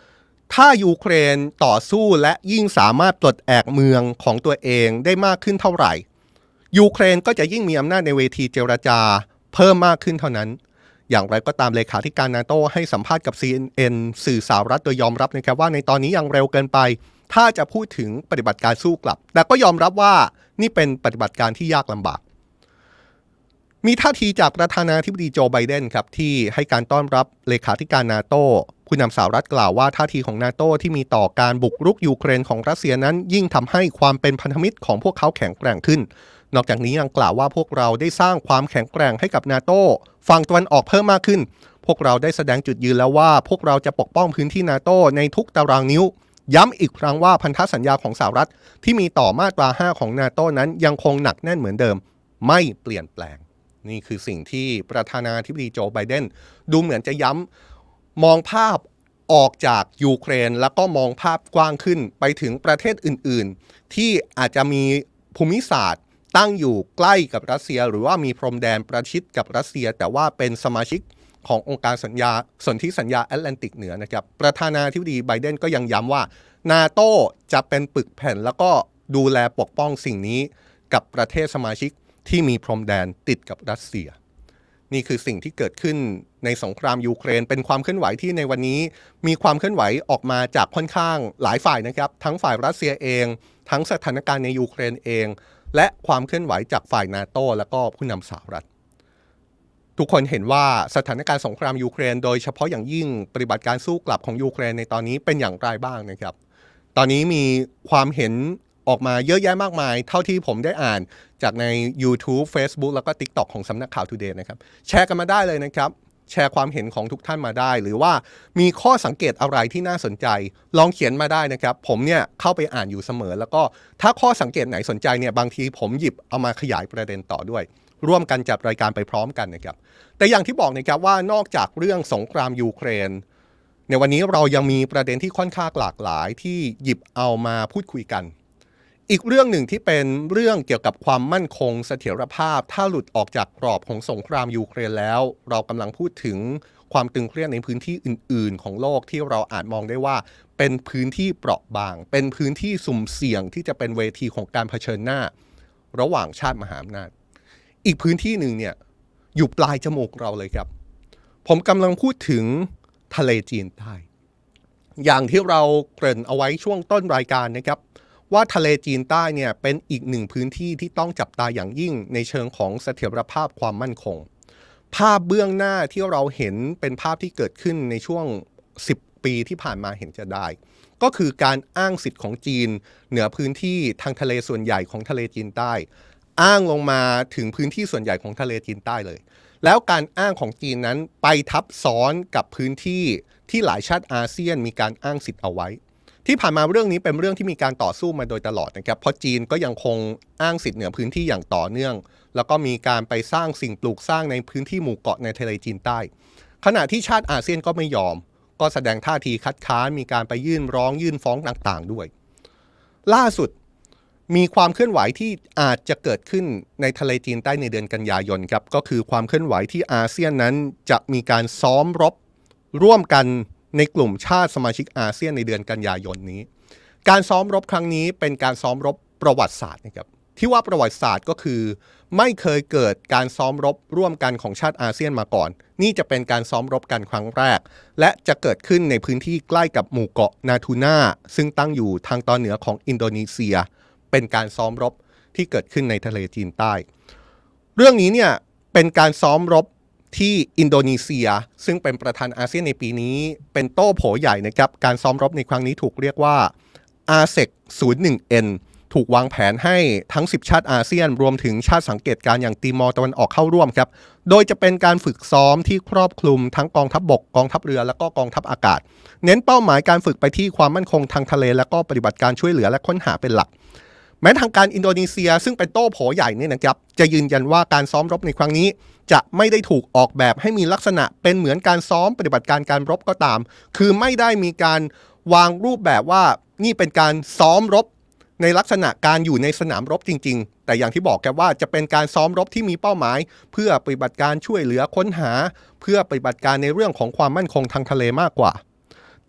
Speaker 1: ถ้ายูเครนต่อสู้และยิ่งสามารถปลดแอกเมืองของตัวเองได้มากขึ้นเท่าไหร่ยูเครนก็จะยิ่งมีอำนาจในเวทีเจรจาเพิ่มมากขึ้นเท่านั้นอย่างไรก็ตามเลขาธิการนาโต้ให้สัมภาษณ์กับ CNN สื่อสหรัฐโดยยอมรับนะครับว่าในตอนนี้ยังเร็วเกินไปถ้าจะพูดถึงปฏิบัติการสู้กลับแต่ก็ยอมรับว่านี่เป็นปฏิบัติการที่ยากลำบากมีท่าทีจากประธานาธิบดีโจไบเดนครับที่ให้การต้อนรับเลขาธิการนาโต้ผู้นำสหรัฐกล่าวว่าท่าทีของนาโต้ที่มีต่อการบุกรุกยูเครนของรัสเซียนั้นยิ่งทำให้ความเป็นพันธมิตรของพวกเขาแข็งแกร่งขึ้นนอกจากนี้ยังกล่าวว่าพวกเราได้สร้างความแข็งแกร่งให้กับนาโต้ฝั่งตะวันออกเพิ่มมากขึ้นพวกเราได้แสดงจุดยืนแล้วว่าพวกเราจะปกป้องพื้นที่นาโต้ในทุกตารางนิ้วย้ำอีกครั้งว่าพันธสัญญาของสหรัฐที่มีต่อมาตรา5ของนาโต้นั้นยังคงหนักแน่นเหมือนเดิมไม่เปลี่ยนแปลงนี่คือสิ่งที่ประธานาธิบดีโจไบเดนดูเหมือนจะย้ำมองภาพออกจากยูเครนแล้วก็มองภาพกว้างขึ้นไปถึงประเทศอื่นๆที่อาจจะมีภูมิศาสตร์ตั้งอยู่ใกล้กับรัสเซียหรือว่ามีพรมแดนประชิดกับรัสเซียแต่ว่าเป็นสมาชิกขององค์การสนธิสัญญาแอตแลนติกเหนือนะครับประธานาธิบดีไบเดนก็ยังย้ำว่านาโต้จะเป็นปึกแผ่นแล้วก็ดูแลปกป้องสิ่งนี้กับประเทศสมาชิกที่มีพรมแดนติดกับรัสเซียนี่คือสิ่งที่เกิดขึ้นในสงครามยูเครนเป็นความเคลื่อนไหวที่ในวันนี้มีความเคลื่อนไหวออกมาจากค่อนข้างหลายฝ่ายนะครับทั้งฝ่ายรัสเซียเองทั้งสถานการณ์ในยูเครนเองและความเคลื่อนไหวจากฝ่ายนาโต้และก็ผู้นำสหรัฐทุกคนเห็นว่าสถานการณ์สงครามยูเครนโดยเฉพาะอย่างยิ่งปฏิบัติการสู้กลับของยูเครนในตอนนี้เป็นอย่างไรบ้างนะครับตอนนี้มีความเห็นออกมาเยอะแยะมากมายเท่าที่ผมได้อ่านจากใน YouTube Facebook แล้วก็ TikTok ของสำนักข่าว Today นะครับแชร์กันมาได้เลยนะครับแชร์ความเห็นของทุกท่านมาได้หรือว่ามีข้อสังเกตอะไรที่น่าสนใจลองเขียนมาได้นะครับผมเนี่ยเข้าไปอ่านอยู่เสมอแล้วก็ถ้าข้อสังเกตไหนสนใจเนี่ยบางทีผมหยิบเอามาขยายประเด็นต่อด้วยร่วมกันจัดรายการไปพร้อมกันนะครับแต่อย่างที่บอกนะครับว่านอกจากเรื่องสงครามยูเครนในวันนี้เรายังมีประเด็นที่ค่อนข้างหลากหลายที่หยิบเอามาพูดคุยกันอีกเรื่องหนึ่งที่เป็นเรื่องเกี่ยวกับความมั่นคงเสถียรภาพถ้าหลุดออกจากกรอบของสงครามยูเครนแล้วเรากำลังพูดถึงความตึงเครียดในพื้นที่อื่นๆของโลกที่เราอาจมองได้ว่าเป็นพื้นที่เปราะบางเป็นพื้นที่สุ่มเสี่ยงที่จะเป็นเวทีของการเผชิญหน้าระหว่างชาติมหาอำนาจอีกพื้นที่หนึ่งเนี่ยอยู่ปลายจมูกเราเลยครับผมกำลังพูดถึงทะเลจีนใต้อย่างที่เราเกริ่นเอาไว้ช่วงต้นรายการนะครับว่าทะเลจีนใต้เนี่ยเป็นอีกหนึ่งพื้นที่ที่ต้องจับตาอย่างยิ่งในเชิงของเสถียรภาพความมั่นคงภาพเบื้องหน้าที่เราเห็นเป็นภาพที่เกิดขึ้นในช่วง10 ปีที่ผ่านมาเห็นจะได้ก็คือการอ้างสิทธิ์ของจีนเหนือพื้นที่ทางทะเลส่วนใหญ่ของทะเลจีนใต้อ้างลงมาถึงพื้นที่ส่วนใหญ่ของทะเลจีนใต้เลยแล้วการอ้างของจีนนั้นไปทับซ้อนกับพื้นที่ที่หลายชาติอาเซียนมีการอ้างสิทธิ์เอาไว้ที่ผ่านมาเรื่องนี้เป็นเรื่องที่มีการต่อสู้มาโดยตลอดนะครับเพราะจีนก็ยังคงอ้างสิทธิ์เหนือพื้นที่อย่างต่อเนื่องแล้วก็มีการไปสร้างสิ่งปลูกสร้างในพื้นที่หมู่เกาะในทะเลจีนใต้ขณะที่ชาติอาเซียนก็ไม่ยอมก็แสดงท่าทีคัดค้านมีการไปยื่นร้องยื่นฟ้องต่างๆด้วยล่าสุดมีความเคลื่อนไหวที่อาจจะเกิดขึ้นในทะเลจีนใต้ในเดือนกันยายนครับก็คือความเคลื่อนไหวที่อาเซียนนั้นจะมีการซ้อมรบร่วมกันในกลุ่มชาติสมาชิกอาเซียนในเดือนกันยายนนี้การซ้อมรบครั้งนี้เป็นการซ้อมรบประวัติศาสตร์นะครับที่ว่าประวัติศาสตร์ก็คือไม่เคยเกิดการซ้อมรบร่วมกันของชาติอาเซียนมาก่อนนี่จะเป็นการซ้อมรบกันครั้งแรกและจะเกิดขึ้นในพื้นที่ใกล้กับหมู่เกาะนาทูน่าซึ่งตั้งอยู่ทางตอนเหนือของอินโดนีเซียเป็นการซ้อมรบที่เกิดขึ้นในทะเลจีนใต้เรื่องนี้เนี่ยเป็นการซ้อมรบที่อินโดนีเซียซึ่งเป็นประธานอาเซียนในปีนี้เป็นโต้โผใหญ่นะครับการซ้อมรบในครั้งนี้ถูกเรียกว่า ASEC 01N ถูกวางแผนให้ทั้ง10ชาติอาเซียนรวมถึงชาติสังเกตการณ์อย่างติมอร์ตะวันออกเข้าร่วมครับโดยจะเป็นการฝึกซ้อมที่ครอบคลุมทั้งกองทัพบกกองทัพเรือและก็กองทัพอากาศเน้นเป้าหมายการฝึกไปที่ความมั่นคงทางทะเลและก็ปฏิบัติการช่วยเหลือและค้นหาเป็นหลักแม้ทางการอินโดนีเซียซึ่งเป็นโต้โผใหญ่นี่นะครับจะยืนยันว่าการซ้อมรบในครั้งนี้จะไม่ได้ถูกออกแบบให้มีลักษณะเป็นเหมือนการซ้อมปฏิบัติการการรบก็ตามคือไม่ได้มีการวางรูปแบบว่านี่เป็นการซ้อมรบในลักษณะการอยู่ในสนามรบจริงๆแต่อย่างที่บอกกันว่าจะเป็นการซ้อมรบที่มีเป้าหมายเพื่อปฏิบัติการช่วยเหลือค้นหาเพื่อปฏิบัติการในเรื่องของความมั่นคงทางทะเลมากกว่าแต่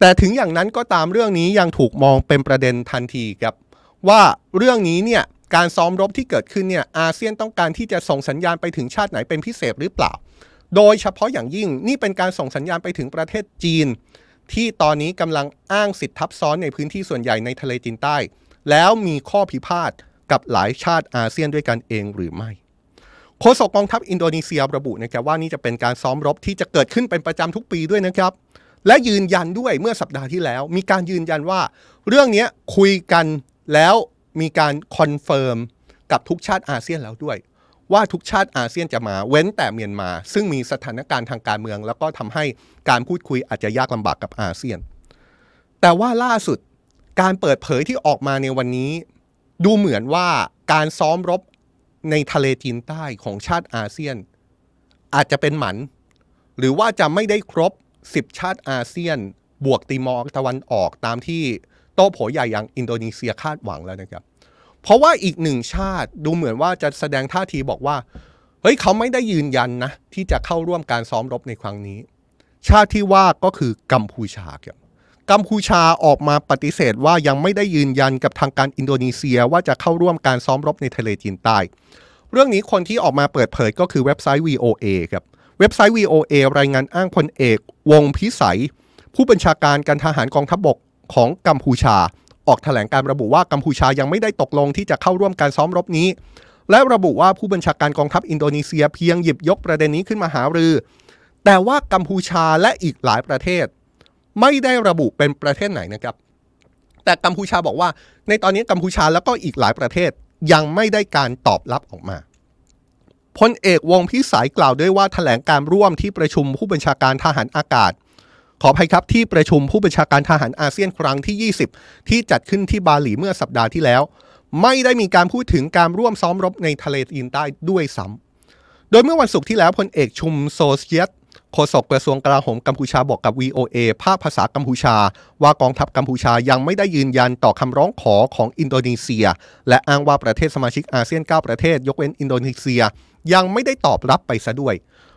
Speaker 1: แต่ถึงอย่างนั้นก็ตามเรื่องนี้ยังถูกมองเป็นประเด็นทันทีครับว่าเรื่องนี้เนี่ยการซ้อมรบที่เกิดขึ้นเนี่ยอาเซียนต้องการที่จะส่งสัญญาณไปถึงชาติไหนเป็นพิเศษหรือเปล่าโดยเฉพาะอย่างยิ่งนี่เป็นการส่งสัญญาณไปถึงประเทศจีนที่ตอนนี้กำลังอ้างสิทธิทับซ้อนในพื้นที่ส่วนใหญ่ในทะเลจีนใต้แล้วมีข้อพิพาทกับหลายชาติอาเซียนด้วยกันเองหรือไม่โฆษกกองทัพอินโดนีเซียระบุนะครับว่านี่จะเป็นการซ้อมรบที่จะเกิดขึ้นเป็นประจำทุกปีด้วยนะครับและยืนยันด้วยเมื่อสัปดาห์ที่แล้วมีการยืนยันว่าเรื่องนี้คุยกันแล้วมีการคอนเฟิร์มกับทุกชาติอาเซียนแล้วด้วยว่าทุกชาติอาเซียนจะมาเว้นแต่เมียนมาซึ่งมีสถานการณ์ทางการเมืองแล้วก็ทำให้การพูดคุยอาจจะยากลำบากกับอาเซียนแต่ว่าล่าสุดการเปิดเผยที่ออกมาในวันนี้ดูเหมือนว่าการซ้อมรบในทะเลจีนใต้ของชาติอาเซียนอาจจะเป็นหมันหรือว่าจะไม่ได้ครบ10ชาติอาเซียนบวกติมอร์ตะวันออกตามที่โต้โผใหญ่อย่างอินโดนีเซียคาดหวังแล้วนะครับเพราะว่าอีกหนึ่งชาติดูเหมือนว่าจะแสดงท่าทีบอกว่าเฮ้ยเขาไม่ได้ยืนยันนะที่จะเข้าร่วมการซ้อมรบในครั้งนี้ชาติที่ว่าก็คือกัมพูชาครับกัมพูชาออกมาปฏิเสธว่ายังไม่ได้ยืนยันกับทางการอินโดนีเซียว่าจะเข้าร่วมการซ้อมรบในทะเลจีนใต้เรื่องนี้คนที่ออกมาเปิดเผยก็คือเว็บไซต์ VOA ครับเว็บไซต์ VOA รายงานอ้างพลเอกวงพิสัยผู้บัญชาการการทหารกองทัพบกของกัมพูชาออกแถลงการระบุว่ากัมพูชายังไม่ได้ตกลงที่จะเข้าร่วมการซ้อมรบนี้และระบุว่าผู้บัญชาการกองทัพอินโดนีเซียเพียงหยิบยกประเด็นนี้ขึ้นมาหารือแต่ว่ากัมพูชาและอีกหลายประเทศไม่ได้ระบุเป็นประเทศไหนนะครับแต่กัมพูชาบอกว่าในตอนนี้กัมพูชาแล้วก็อีกหลายประเทศยังไม่ได้การตอบรับออกมาพลเอกวงพิสัยกล่าวด้วยว่าแถลงการร่วมที่ประชุมผู้บัญชาการทหารอากาศขออภัยครับที่ประชุมผู้บัญชาการทหารอาเซียนครั้งที่20ที่จัดขึ้นที่บาหลีเมื่อสัปดาห์ที่แล้วไม่ได้มีการพูดถึงการร่วมซ้อมรบในทะเลจีนใต้ด้วยซ้ำโดยเมื่อวันศุกร์ที่แล้วพลเอกชุมโซเชียตโฆษกกระทรวงกลาโหมกัมพูชาบอกกับ VOA ภาคภาษากัมพูชาว่ากองทัพกัมพูชายังไม่ได้ยืนยันต่อคำร้องขอของอินโดนีเซียและอ้างว่าประเทศสมาชิกอาเซียน9ประเทศยกเว้นอินโดนีเซียยังไม่ได้ตอบรับไปซะด้วย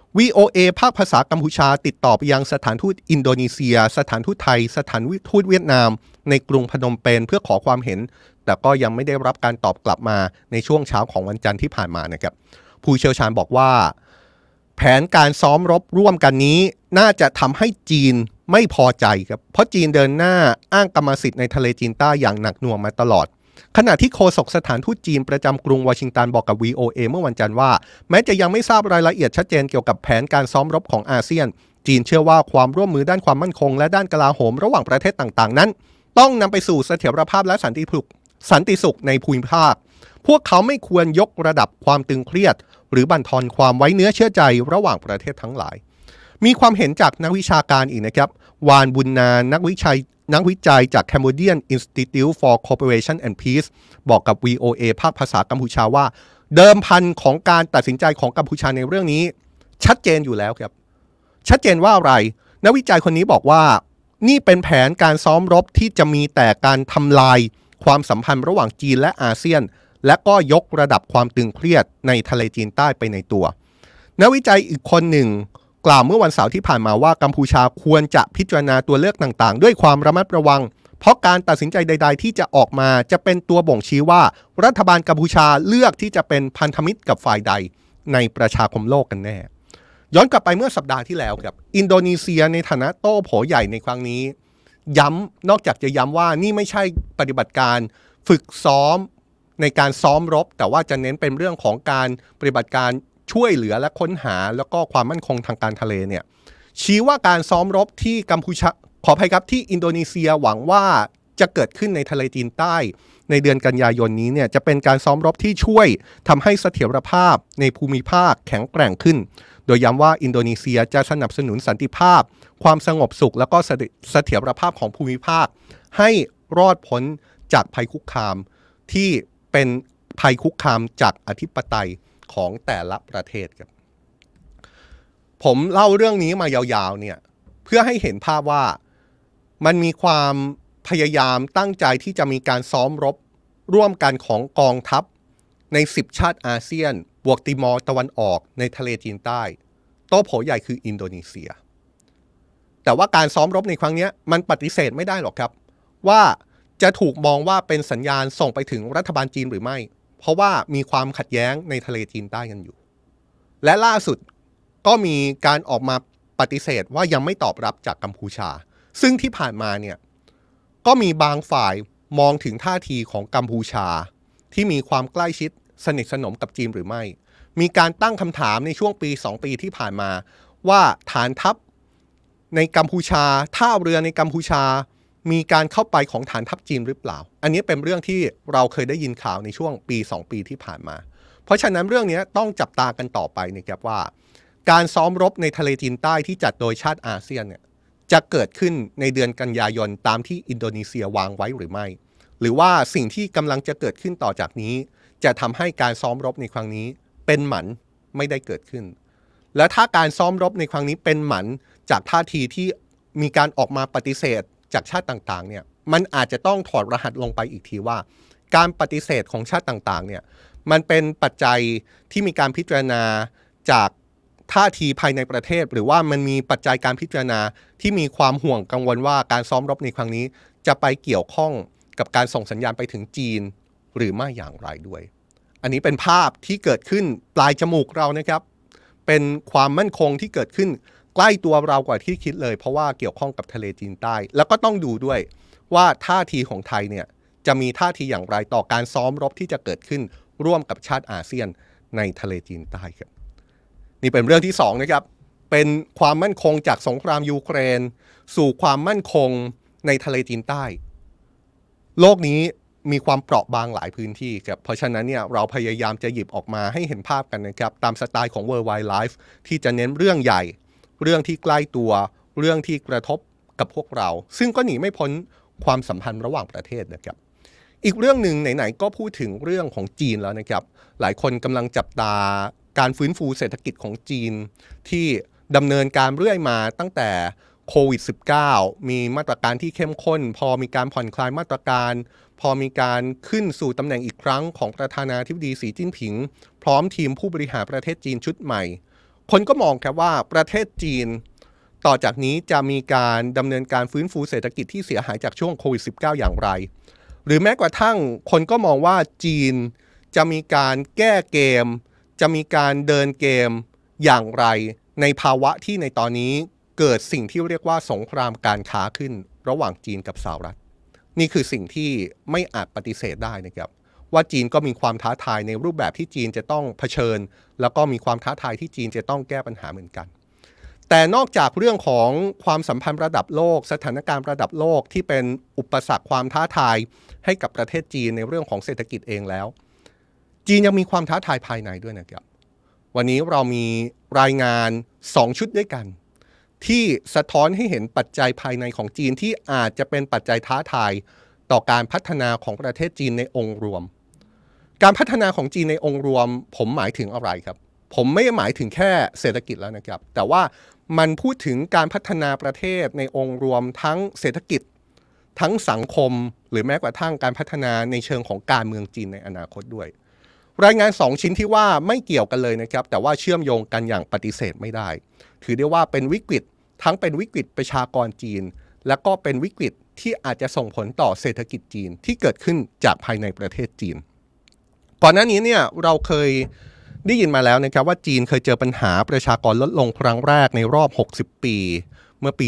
Speaker 1: VOA ภาคภาษากัมพูชาติดต่อไปยังสถานทูตอินโดนีเซียสถานทูตไทยสถานทูตเวียดนามในกรุงพนมเปญเพื่อขอความเห็นแต่ก็ยังไม่ได้รับการตอบกลับมาในช่วงเช้าของวันจันทร์ที่ผ่านมานะครับผู้เชี่ยวชาญบอกว่าแผนการซ้อมรบร่วมกันนี้น่าจะทำให้จีนไม่พอใจครับเพราะจีนเดินหน้าอ้างกรรมสิทธิ์ในทะเลจีนใต้อย่างหนักหน่วงมาตลอดขณะที่โฆษกสถานทูตจีนประจำกรุงวอชิงตันบอกกับ VOA เมื่อวันจันทร์ว่าแม้จะยังไม่ทราบรายละเอียดชัดเจนเกี่ยวกับแผนการซ้อมรบของอาเซียนจีนเชื่อว่าความร่วมมือด้านความมั่นคงและด้านกลาโหมระหว่างประเทศต่างๆนั้นต้องนำไปสู่เสถียรภาพและสันติสุขในภูมิภาคพวกเขาไม่ควรยกระดับความตึงเครียดหรือบั่นทอนความไว้เนื้อเชื่อใจระหว่างประเทศทั้งหลายมีความเห็นจากนักวิชาการอีกนะครับวานบุญนานักวิจัยจาก Cambodian Institute for Cooperation and Peace บอกกับ VOA ภาคภาษากัมพูชาว่าเดิมพันของการตัดสินใจของกัมพูชาในเรื่องนี้ชัดเจนอยู่แล้วครับชัดเจนว่าอะไรนักวิจัยคนนี้บอกว่านี่เป็นแผนการซ้อมรบที่จะมีแต่การทำลายความสัมพันธ์ระหว่างจีนและอาเซียนและก็ยกระดับความตึงเครียดในทะเลจีนใต้ไปในตัวนักวิจัยอีกคนหนึ่งกล่าวเมื่อวันเสาร์ที่ผ่านมาว่ากัมพูชาควรจะพิจารณาตัวเลือกต่างๆด้วยความระมัดระวังเพราะการตัดสินใจใดๆที่จะออกมาจะเป็นตัวบ่งชี้ว่ารัฐบาลกัมพูชาเลือกที่จะเป็นพันธมิตรกับฝ่ายใดในประชาคมโลกกันแน่ย้อนกลับไปเมื่อสัปดาห์ที่แล้วครับอินโดนีเซียในฐานะโต้โผใหญ่ในครั้งนี้นอกจากจะย้ำว่านี่ไม่ใช่ปฏิบัติการฝึกซ้อมในการซ้อมรบแต่ว่าจะเน้นเป็นเรื่องของการปฏิบัติการช่วยเหลือและค้นหาแล้วก็ความมั่นคงทางการทะเลเนี่ยชี้ว่าการซ้อมรบที่กัมพูชาขออภัยครับที่อินโดนีเซียหวังว่าจะเกิดขึ้นในทะเลจีนใต้ในเดือนกันยายนนี้เนี่ยจะเป็นการซ้อมรบที่ช่วยทำให้เสถียรภาพในภูมิภาคแข็งแกร่งขึ้นโดยย้ำว่าอินโดนีเซียจะสนับสนุนสันติภาพความสงบสุขและก็เสถียรภาพของภูมิภาคให้รอดพ้นจากภัยคุกคามที่เป็นภัยคุกคามจากอธิปไตยของแต่ละประเทศครับผมเล่าเรื่องนี้มายาวๆเนี่ยเพื่อให้เห็นภาพว่ามันมีความพยายามตั้งใจที่จะมีการซ้อมรบร่วมกันของกองทัพใน10ชาติอาเซียนบวกติมอร์ตะวันออกในทะเลจีนใต้โต้โผใหญ่คืออินโดนีเซียแแต่ว่าการซ้อมรบในครั้งนี้มันปฏิเสธไม่ได้หรอกครับว่าจะถูกมองว่าเป็นสัญญาณส่งไปถึงรัฐบาลจีนหรือไม่เพราะว่ามีความขัดแย้งในทะเลจีนใต้กันอยู่และล่าสุดก็มีการออกมาปฏิเสธว่ายังไม่ตอบรับจากกัมพูชาซึ่งที่ผ่านมาเนี่ยก็มีบางฝ่ายมองถึงท่าทีของกัมพูชาที่มีความใกล้ชิดสนิทสนมกับจีนหรือไม่มีการตั้งคำถามในช่วงปี2ปีที่ผ่านมาว่าฐานทัพในกัมพูชาท่าเรือในกัมพูชามีการเข้าไปของฐานทัพจีนหรือเปล่าอันนี้เป็นเรื่องที่เราเคยได้ยินข่าวในช่วงปี2ปีที่ผ่านมาเพราะฉะนั้นเรื่องนี้ต้องจับตากันต่อไปนะครับว่าการซ้อมรบในทะเลจีนใต้ที่จัดโดยชาติอาเซียนเนี่ยจะเกิดขึ้นในเดือนกันยายนตามที่อินโดนีเซียวางไว้หรือไม่หรือว่าสิ่งที่กำลังจะเกิดขึ้นต่อจากนี้จะทำให้การซ้อมรบในครั้งนี้เป็นหมันไม่ได้เกิดขึ้นและถ้าการซ้อมรบในครั้งนี้เป็นหมันจากท่าทีที่มีการออกมาปฏิเสธจากชาติต่างๆเนี่ยมันอาจจะต้องถอดรหัสลงไปอีกทีว่าการปฏิเสธของชาติต่างๆเนี่ยมันเป็นปัจจัยที่มีการพิจารณาจากท่าทีภายในประเทศหรือว่ามันมีปัจจัยการพิจารณาที่มีความห่วงกังวลว่าการซ้อมรบในครั้งนี้จะไปเกี่ยวข้องกับการส่งสัญญาณไปถึงจีนหรือไม่อย่างไรด้วยอันนี้เป็นภาพที่เกิดขึ้นปลายจมูกเรานะครับเป็นความมั่นคงที่เกิดขึ้นใกล้ตัวเรากว่าที่คิดเลยเพราะว่าเกี่ยวข้องกับทะเลจีนใต้แล้วก็ต้องดูด้วยว่าท่าทีของไทยเนี่ยจะมีท่าทีอย่างไรต่อการซ้อมรบที่จะเกิดขึ้นร่วมกับชาติอาเซียนในทะเลจีนใต้ครับนี่เป็นเรื่องที่2นะครับเป็นความมั่นคงจากสงครามยูเครนสู่ความมั่นคงในทะเลจีนใต้โลกนี้มีความเปราะบางหลายพื้นที่ครับเพราะฉะนั้นเนี่ยเราพยายามจะหยิบออกมาให้เห็นภาพกันนะครับตามสไตล์ของ World Wide Life ที่จะเน้นเรื่องใหญ่เรื่องที่ใกล้ตัวเรื่องที่กระทบกับพวกเราซึ่งก็หนีไม่พ้นความสัมพันธ์ระหว่างประเทศนะครับอีกเรื่องหนึ่งไหนๆก็พูดถึงเรื่องของจีนแล้วนะครับหลายคนกำลังจับตาการฟื้นฟูเศรษฐกิจของจีนที่ดำเนินการเรื่อยมาตั้งแต่โควิด -19 มีมาตรการที่เข้มข้นพอมีการผ่อนคลายมาตรการพอมีการขึ้นสู่ตำแหน่งอีกครั้งของประธานาธิบดีสีจิ้นผิงพร้อมทีมผู้บริหารประเทศจีนชุดใหม่คนก็มองครับว่าประเทศจีนต่อจากนี้จะมีการดำเนินการฟื้นฟูเศรษฐกิจที่เสียหายจากช่วงโควิด -19 อย่างไรหรือแม้กระทั่งคนก็มองว่าจีนจะมีการแก้เกมจะมีการเดินเกมอย่างไรในภาวะที่ในตอนนี้เกิดสิ่งที่เรียกว่าสงครามการค้าขึ้นระหว่างจีนกับสหรัฐนี่คือสิ่งที่ไม่อาจปฏิเสธได้นะครับว่าจีนก็มีความท้าทายในรูปแบบที่จีนจะต้องเผชิญแล้วก็มีความท้าทายที่จีนจะต้องแก้ปัญหาเหมือนกันแต่นอกจากเรื่องของความสัมพันธ์ระดับโลกสถานการณ์ระดับโลกที่เป็นอุปสรรคความท้าทายให้กับประเทศจีนในเรื่องของเศรษฐกิจเองแล้วจีนยังมีความท้าทายภายในด้วยนะครับวันนี้เรามีรายงาน2ชุดด้วยกันที่สะท้อนให้เห็นปัจจัยภายในของจีนที่อาจจะเป็นปัจจัยท้าทายต่อการพัฒนาของประเทศจีนในองค์รวมการพัฒนาของจีนในองค์รวมผมหมายถึงอะไรครับผมไม่ได้หมายถึงแค่เศรษฐกิจแล้วนะครับแต่ว่ามันพูดถึงการพัฒนาประเทศในองค์รวมทั้งเศรษฐกิจทั้งสังคมหรือแม้กระทั่งการพัฒนาในเชิงของการเมืองจีนในอนาคตด้วยรายงาน2ชิ้นที่ว่าไม่เกี่ยวกันเลยนะครับแต่ว่าเชื่อมโยงกันอย่างปฏิเสธไม่ได้ถือได้ว่าเป็นวิกฤตทั้งเป็นวิกฤตประชากรจีนและก็เป็นวิกฤตที่อาจจะส่งผลต่อเศรษฐกิจจีนที่เกิดขึ้นจากภายในประเทศจีนก่อนหน้านี้เนี่ยเราเคยได้ยินมาแล้วนะครับว่าจีนเคยเจอปัญหาประชากรลดลงครั้งแรกในรอบ60ปีเมื่อปี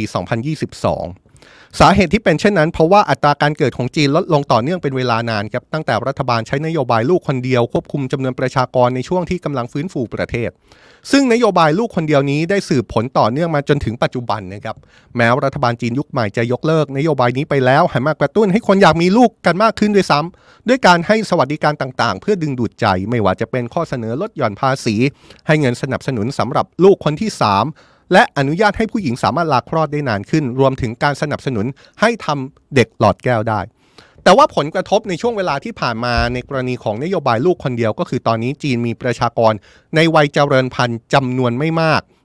Speaker 1: 2022 สาเหตุที่เป็นเช่นนั้นเพราะว่าอัตราการเกิดของจีนลดลงต่อเนื่องเป็นเวลานานครับตั้งแต่รัฐบาลใช้นโยบายลูกคนเดียวควบคุมจำนวนประชากรในช่วงที่กำลังฟื้นฟูประเทศซึ่งนโยบายลูกคนเดียวนี้ได้สืบผลต่อเนื่องมาจนถึงปัจจุบันนะครับแม้รัฐบาลจีนยุคใหม่จะยกเลิกนโยบายนี้ไปแล้วหันมากระตุ้นให้คนอยากมีลูกกันมากขึ้นด้วยซ้ำด้วยการให้สวัสดิการต่างๆเพื่อดึงดูดใจไม่ว่าจะเป็นข้อเสนอลดหย่อนภาษีให้เงินสนับสนุนสำหรับลูกคนที่3และอนุญาตให้ผู้หญิงสามารถลาคลอดได้นานขึ้นรวมถึงการสนับสนุนให้ทำเด็กหลอดแก้วได้แต่ว่าผลกระทบในช่วงเวลาที่ผ่านมาในกรณีของนโยบายลูกคนเดียวก็คือตอนนี้จีนมีประชากรในวัยเจริญพันธุ์จำนวนไม่มาก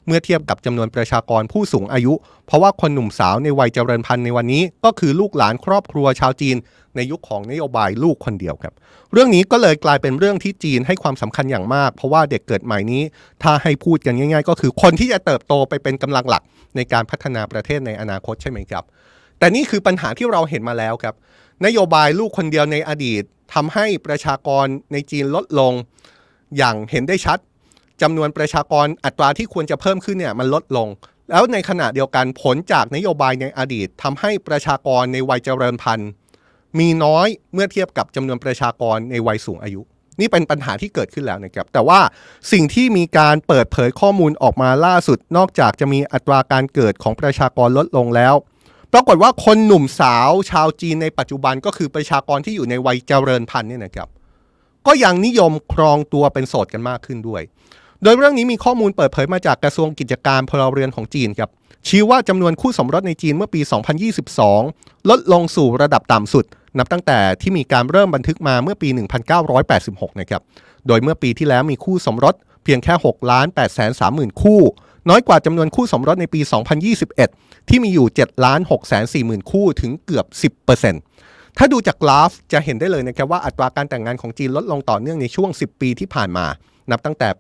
Speaker 1: เมื่อเทียบกับจำนวนประชากรผู้สูงอายุเพราะว่าคนหนุ่มสาวในวัยเจริญพันธุ์ในวันนี้ก็คือลูกหลานครอบครัวชาวจีนในยุคของนโยบายลูกคนเดียวครับเรื่องนี้ก็เลยกลายเป็นเรื่องที่จีนให้ความสำคัญอย่างมากเพราะว่าเด็กเกิดใหม่นี้ถ้าให้พูดกันง่ายๆก็คือคนที่จะเติบโตไปเป็นกำลังหลักในการพัฒนาประเทศในอนาคตใช่ไหมครับแต่นี่คือปัญหาที่เราเห็นมาแล้วครับนโยบายลูกคนเดียวในอดีตทำให้ประชากรในจีนลดลงอย่างเห็นได้ชัดจำนวนประชากรอัตราที่ควรจะเพิ่มขึ้นเนี่ยมันลดลงแล้วในขณะเดียวกันผลจากนโยบายในอดีตทำให้ประชากรในวัยเจริญพันธุ์มีน้อยเมื่อเทียบกับจำนวนประชากรในวัยสูงอายุนี่เป็นปัญหาที่เกิดขึ้นแล้วนะครับแต่ว่าสิ่งที่มีการเปิดเผยข้อมูลออกมาล่าสุดนอกจากจะมีอัตราการเกิดของประชากรลดลงแล้วปรากฏว่าคนหนุ่มสาวชาวจีนในปัจจุบันก็คือประชากรที่อยู่ในวัยเจริญพันธุ์เนี่ยนะครับก็ยังนิยมครองตัวเป็นโสดกันมากขึ้นด้วยโดยเรื่องนี้มีข้อมูลเปิดเผยมาจากกระทรวงกิจการพลเรือนของจีนครับชี้ว่าจำนวนคู่สมรสในจีนเมื่อปี 2022 ลดลงสู่ระดับต่ำสุดนับตั้งแต่ที่มีการเริ่มบันทึกมาเมื่อปี 1986 นะครับโดยเมื่อปีที่แล้วมีคู่สมรสเพียงแค่ 6,830,000 คู่น้อยกว่าจำนวนคู่สมรสในปี 2021 ที่มีอยู่ 7,640,000 คู่ถึงเกือบ 10%ถ้าดูจากกราฟจะเห็นได้เลยนะครับว่าอัตราการแต่งงานของจีนลดลงต่อเนื่องในช่วง 10 ปีที่ผ่านมานับตั้งแต่ปี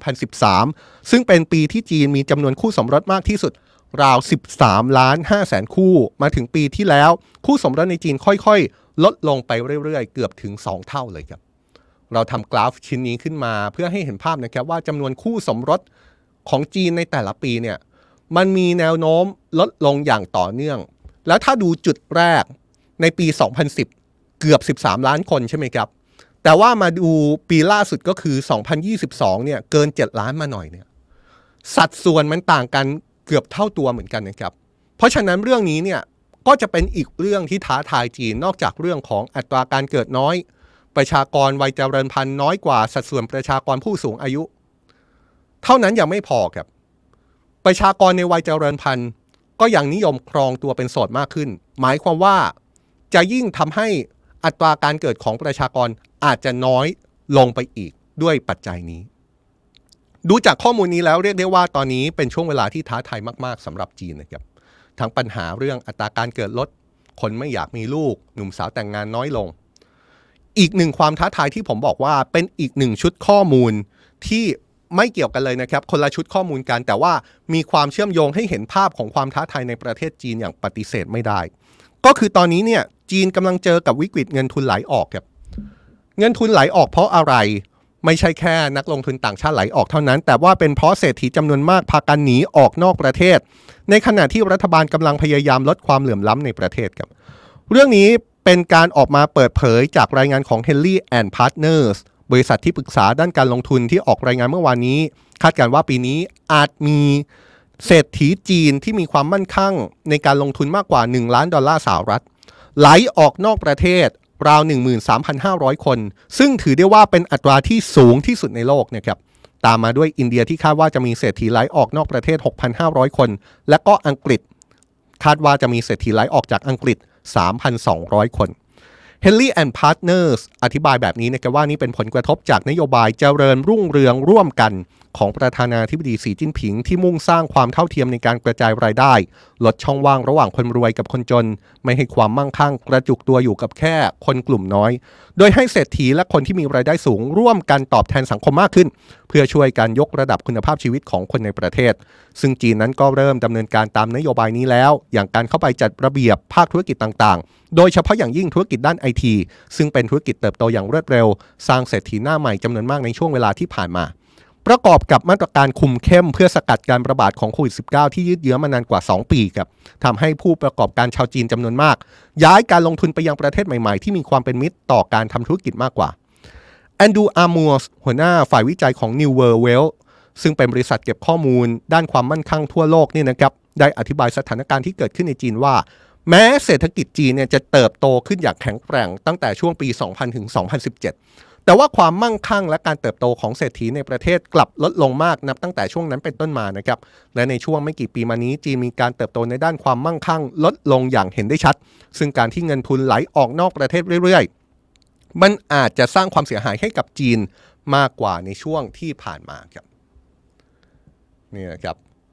Speaker 1: 2013 ซึ่งเป็นปีที่จีนมีจำนวนคู่สมรสมากที่สุดราว 13.5 ล้านคู่มาถึงปีที่แล้วคู่สมรสในจีนค่อยๆลดลงไปเรื่อยๆเกือบถึง 2 เท่าเลยครับเราทำกราฟชิ้นนี้ขึ้นมาเพื่อให้เห็นภาพนะครับว่าจำนวนคู่สมรสของจีนในแต่ละปีเนี่ยมันมีแนวโน้มลดลงอย่างต่อเนื่องแล้วถ้าดูจุดแรกในปี 2010 เกือบ 13 ล้านคนใช่ไหมครับแต่ว่ามาดูปีล่าสุดก็คือ 2022 เนี่ยเกิน 7 ล้านมาหน่อยเนี่ยสัดส่วนมันต่างกันเกือบเท่าตัวเหมือนกันนะครับเพราะฉะนั้นเรื่องนี้เนี่ยก็จะเป็นอีกเรื่องที่ท้าทายจีนนอกจากเรื่องของอัตราการเกิดน้อยประชากรวัยเจริญพันธุ์น้อยกว่าสัดส่วนประชากรผู้สูงอายุเท่านั้นยังไม่พอครับประชากรในวัยเจริญพันธุ์ก็ยังนิยมครองตัวเป็นโสดมากขึ้นหมายความว่าจะยิ่งทำให้อัตราการเกิดของประชากรอาจจะน้อยลงไปอีกด้วยปัจจัยนี้ดูจากข้อมูลนี้แล้วเรียกได้ว่าตอนนี้เป็นช่วงเวลาที่ท้าทายมากๆสำหรับจีนนะครับทั้งปัญหาเรื่องอัตราการเกิดลดคนไม่อยากมีลูกหนุ่มสาวแต่งงานน้อยลงอีกหนึ่งความท้าทายที่ผมบอกว่าเป็นอีกหนึ่งชุดข้อมูลที่ไม่เกี่ยวกันเลยนะครับคนละชุดข้อมูลกันแต่ว่ามีความเชื่อมโยงให้เห็นภาพของความท้าทายในประเทศจีนอย่างปฏิเสธไม่ได้ก็คือตอนนี้เนี่ยจีนกำลังเจอกับวิกฤตเงินทุนไหลออกครับเงินทุนไหลออกเพราะอะไรไม่ใช่แค่นักลงทุนต่างชาติไหลออกเท่านั้นแต่ว่าเป็นเพราะเศรษฐีจำนวนมากพากันหนีออกนอกประเทศในขณะที่รัฐบาลกำลังพยายามลดความเหลื่อมล้ำในประเทศครับเรื่องนี้เป็นการออกมาเปิดเผยจากรายงานของ Henley and Partners บริษัทที่ปรึกษาด้านการลงทุนที่ออกรายงานเมื่อวานนี้คาดการณ์ว่าปีนี้อาจมีเศรษฐีจีนที่มีความมั่นคงในการลงทุนมากกว่า$1 ล้านไหลออกนอกประเทศราว 13,500 คนซึ่งถือได้ว่าเป็นอัตราที่สูงที่สุดในโลกนะครับตามมาด้วยอินเดียที่คาดว่าจะมีเศรษฐีไหลออกนอกประเทศ 6,500 คนและก็อังกฤษคาดว่าจะมีเศรษฐีไหลออกจากอังกฤษ 3,200 คน Henley and Partners อธิบายแบบนี้นะครับว่านี่เป็นผลกระทบจากนโยบายเจริญรุ่งเรืองร่วมกันของประธานาธิบดีสีจิ้นผิงที่มุ่งสร้างความเท่าเทียมในการกระจายรายได้ลดช่องว่างระหว่างคนรวยกับคนจนไม่ให้ความมั่งคั่งกระจุกตัวอยู่กับแค่คนกลุ่มน้อยโดยให้เศรษฐีและคนที่มีรายได้สูงร่วมกันตอบแทนสังคมมากขึ้นเพื่อช่วยการยกระดับคุณภาพชีวิตของคนในประเทศซึ่งจีนนั้นก็เริ่มดำเนินการตามนโยบายนี้แล้วอย่างการเข้าไปจัดระเบียบภาคธุรกิจต่างๆโดยเฉพาะอย่างยิ่งธุรกิจด้าน IT ซึ่งเป็นธุรกิจเติบโตอย่างรวดเร็วสร้างเศรษฐีหน้าใหม่จำนวนมากในช่วงเวลาที่ผ่านมาประกอบกับมาตรการคุมเข้มเพื่อสกัดการระบาดของโควิด -19 ที่ยืดเยื้อมานานกว่า 2 ปีครับทำให้ผู้ประกอบการชาวจีนจำนวนมากย้ายการลงทุนไปยังประเทศใหม่ๆที่มีความเป็นมิตรต่อการทำธุรกิจมากกว่าแอนดรูว์ อาร์มัวร์หัวหน้าฝ่ายวิจัยของ New World Wealth ซึ่งเป็นบริษัทเก็บข้อมูลด้านความมั่นคงทั่วโลกนี่นะครับได้อธิบายสถานการณ์ที่เกิดขึ้นในจีนว่าแม้เศรษฐกิจจีนเนี่ยจะเติบโตขึ้นอย่างแข็งแกร่งตั้งแต่ช่วงปี 2000 ถึง 2017แต่ว่าความมั่งคั่งและการเติบโตของเศรษฐีในประเทศกลับลดลงมากนับตั้งแต่ช่วงนั้นเป็นต้นมานะครับและในช่วงไม่กี่ปีมานี้จีนมีการเติบโตในด้านความมั่งคั่งลดลงอย่างเห็นได้ชัดซึ่งการที่เงินทุนไหลออกนอกประเทศเรื่อยๆมันอาจจะสร้างความเสียหายให้กับจีนมากกว่าในช่วงที่ผ่านมาครับนี่นะครับ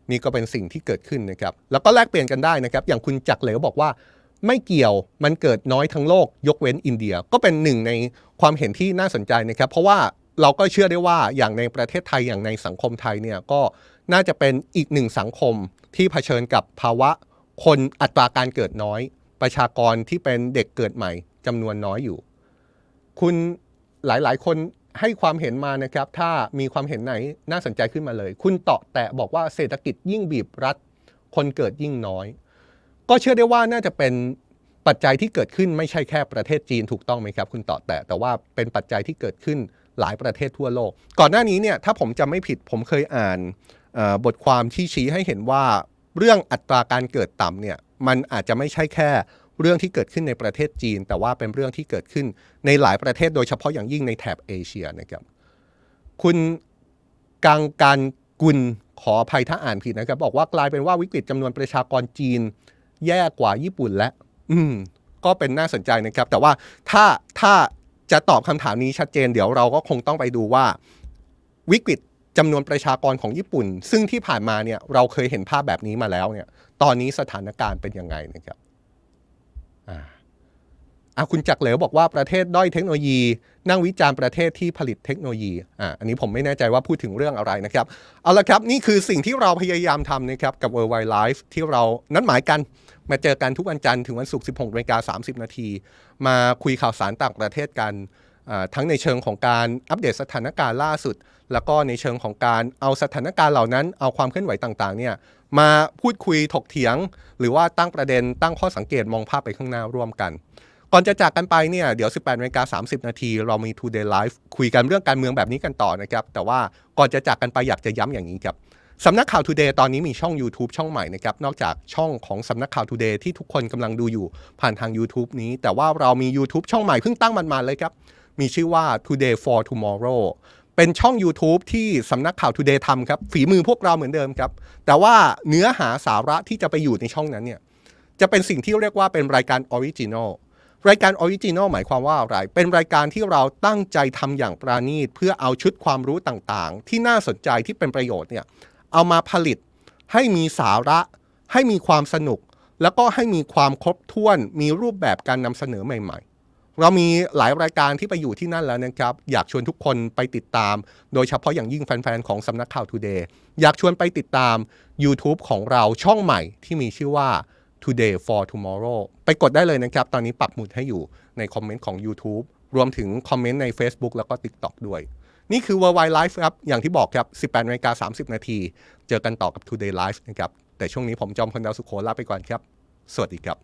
Speaker 1: นี่ก็เป็นสิ่งที่เกิดขึ้นนะครับแล้วก็แลกเปลี่ยนกันได้นะครับอย่างคุณจักรเหลวบอกว่าไม่เกี่ยวมันเกิดน้อยทั้งโลกยกเว้นอินเดียก็เป็นหนึ่งในความเห็นที่น่าสนใจนะครับเพราะว่าเราก็เชื่อได้ว่าอย่างในประเทศไทยอย่างในสังคมไทยเนี่ยก็น่าจะเป็นอีกหนึ่งสังคมที่เผชิญกับภาวะคนอัตราการเกิดน้อยประชากรที่เป็นเด็กเกิดใหม่จำนวนน้อยอยู่คุณหลายๆคนให้ความเห็นมานะครับถ้ามีความเห็นไหนน่าสนใจขึ้นมาเลยคุณเตาะแตะบอกว่าเศรษฐกิจยิ่งบีบรัดคนเกิดยิ่งน้อยก็เชื่อได้ว่าน่าจะเป็นปัจจัยที่เกิดขึ้นไม่ใช่แค่ประเทศจีนถูกต้องไหมครับคุณเตาะแตะแต่ว่าเป็นปัจจัยที่เกิดขึ้นหลายประเทศทั่วโลกก่อนหน้านี้เนี่ยถ้าผมจำไม่ผิดผมเคยอ่านบทความที่ชี้ให้เห็นว่าเรื่องอัตราการเกิดต่ำเนี่ยมันอาจจะไม่ใช่แค่เรื่องที่เกิดขึ้นในประเทศจีนแต่ว่าเป็นเรื่องที่เกิดขึ้นในหลายประเทศโดยเฉพาะอย่างยิ่งในแถบเอเชียนะครับคุณกังการกุลขออภัยถ้าอ่านผิดนะครับบอกว่ากลายเป็นว่าวิกฤตจำนวนประชากรจีนแย่กว่าญี่ปุ่นและก็เป็นน่าสนใจนะครับแต่ว่าถ้าจะตอบคำถามนี้ชัดเจนเดี๋ยวเราก็คงต้องไปดูว่าวิกฤตจำนวนประชากรของญี่ปุ่นซึ่งที่ผ่านมาเนี่ยเราเคยเห็นภาพแบบนี้มาแล้วเนี่ยตอนนี้สถานการณ์เป็นยังไงนะครับคุณจักรเหลวบอกว่าประเทศด้อยเทคโนโลยีนั่งวิจารณ์ประเทศที่ผลิตเทคโนโลยีอันนี้ผมไม่แน่ใจว่าพูดถึงเรื่องอะไรนะครับเอาละครับนี่คือสิ่งที่เราพยายามทำนะครับกับ Worldwide Live ที่เรานัดหมายกันมาเจอกันทุกวันจันทร์ถึงวันศุกร์ 16:30 น.มาคุยข่าวสารต่างประเทศกันทั้งในเชิงของการอัปเดตสถานการณ์ล่าสุดแล้วก็ในเชิงของการเอาสถานการณ์เหล่านั้นเอาความเคลื่อนไหวต่างๆเนี่ยมาพูดคุยถกเถียงหรือว่าตั้งประเด็นตั้งข้อสังเกตมองภาพไปข้างหน้าร่วมกันก่อนจะจากกันไปเนี่ยเดี๋ยว 18:30 น.เรามี Today Live คุยกันเรื่องการเมืองแบบนี้กันต่อนะครับแต่ว่าก่อนจะจากกันไปอยากจะย้ำอย่างนี้ครับสำนักข่าว Today ตอนนี้มีช่อง YouTube ช่องใหม่นะครับนอกจากช่องของสำนักข่าว Today ที่ทุกคนกำลังดูอยู่ผ่านทาง YouTube นี้แต่ว่าเรามี YouTube ช่องใหม่เพิ่งตั้งมันๆเลยครับมีชื่อว่า Today for Tomorrow เป็นช่อง YouTube ที่สำนักข่าว Today ทำครับฝีมือพวกเราเหมือนเดิมครับแต่ว่าเนื้อหาสาระที่จะไปอยู่ในช่องนั้นเนี่ยจะเป็นสิ่งที่เรียกว่าเป็นรายการออริจินอลรายการออริจินอลหมายความว่าอะไรเป็นรายการที่เราตั้งใจทำอย่างปราณีตเพื่อเอาชุดความรู้ต่างๆที่น่าสนใจที่เป็นประโยชน์เนี่ยเอามาผลิตให้มีสาระให้มีความสนุกแล้วก็ให้มีความครบถ้วนมีรูปแบบการนำเสนอใหม่ๆเรามีหลายรายการที่ไปอยู่ที่นั่นแล้วนะครับอยากชวนทุกคนไปติดตามโดยเฉพาะอย่างยิ่งแฟนๆของสำนักข่าว Today อยากชวนไปติดตาม YouTube ของเราช่องใหม่ที่มีชื่อว่าToday for Tomorrow ไปกดได้เลยนะครับตอนนี้ปักหมุดให้อยู่ในคอมเมนต์ของ YouTube รวมถึงคอมเมนต์ใน Facebook แล้วก็ TikTok ด้วยนี่คือ Worldwide Live ครับอย่างที่บอกครับ 18:30 น.เจอกันต่อกับ Today Live นะครับแต่ช่วงนี้ผมจอมพล ดาวสุโขลาไปก่อนครับสวัสดีครับ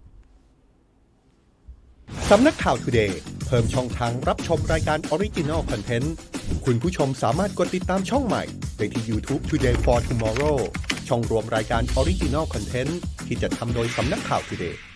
Speaker 1: สำนักข่าว Today เพิ่มช่องทางรับชมรายการ Original Content คุณผู้ชมสามารถกดติดตามช่องใหม่ได้ที่ YouTube Today for Tomorrow ช่องรวมรายการ Original Content ที่จะทำโดยสำนักข่าว Today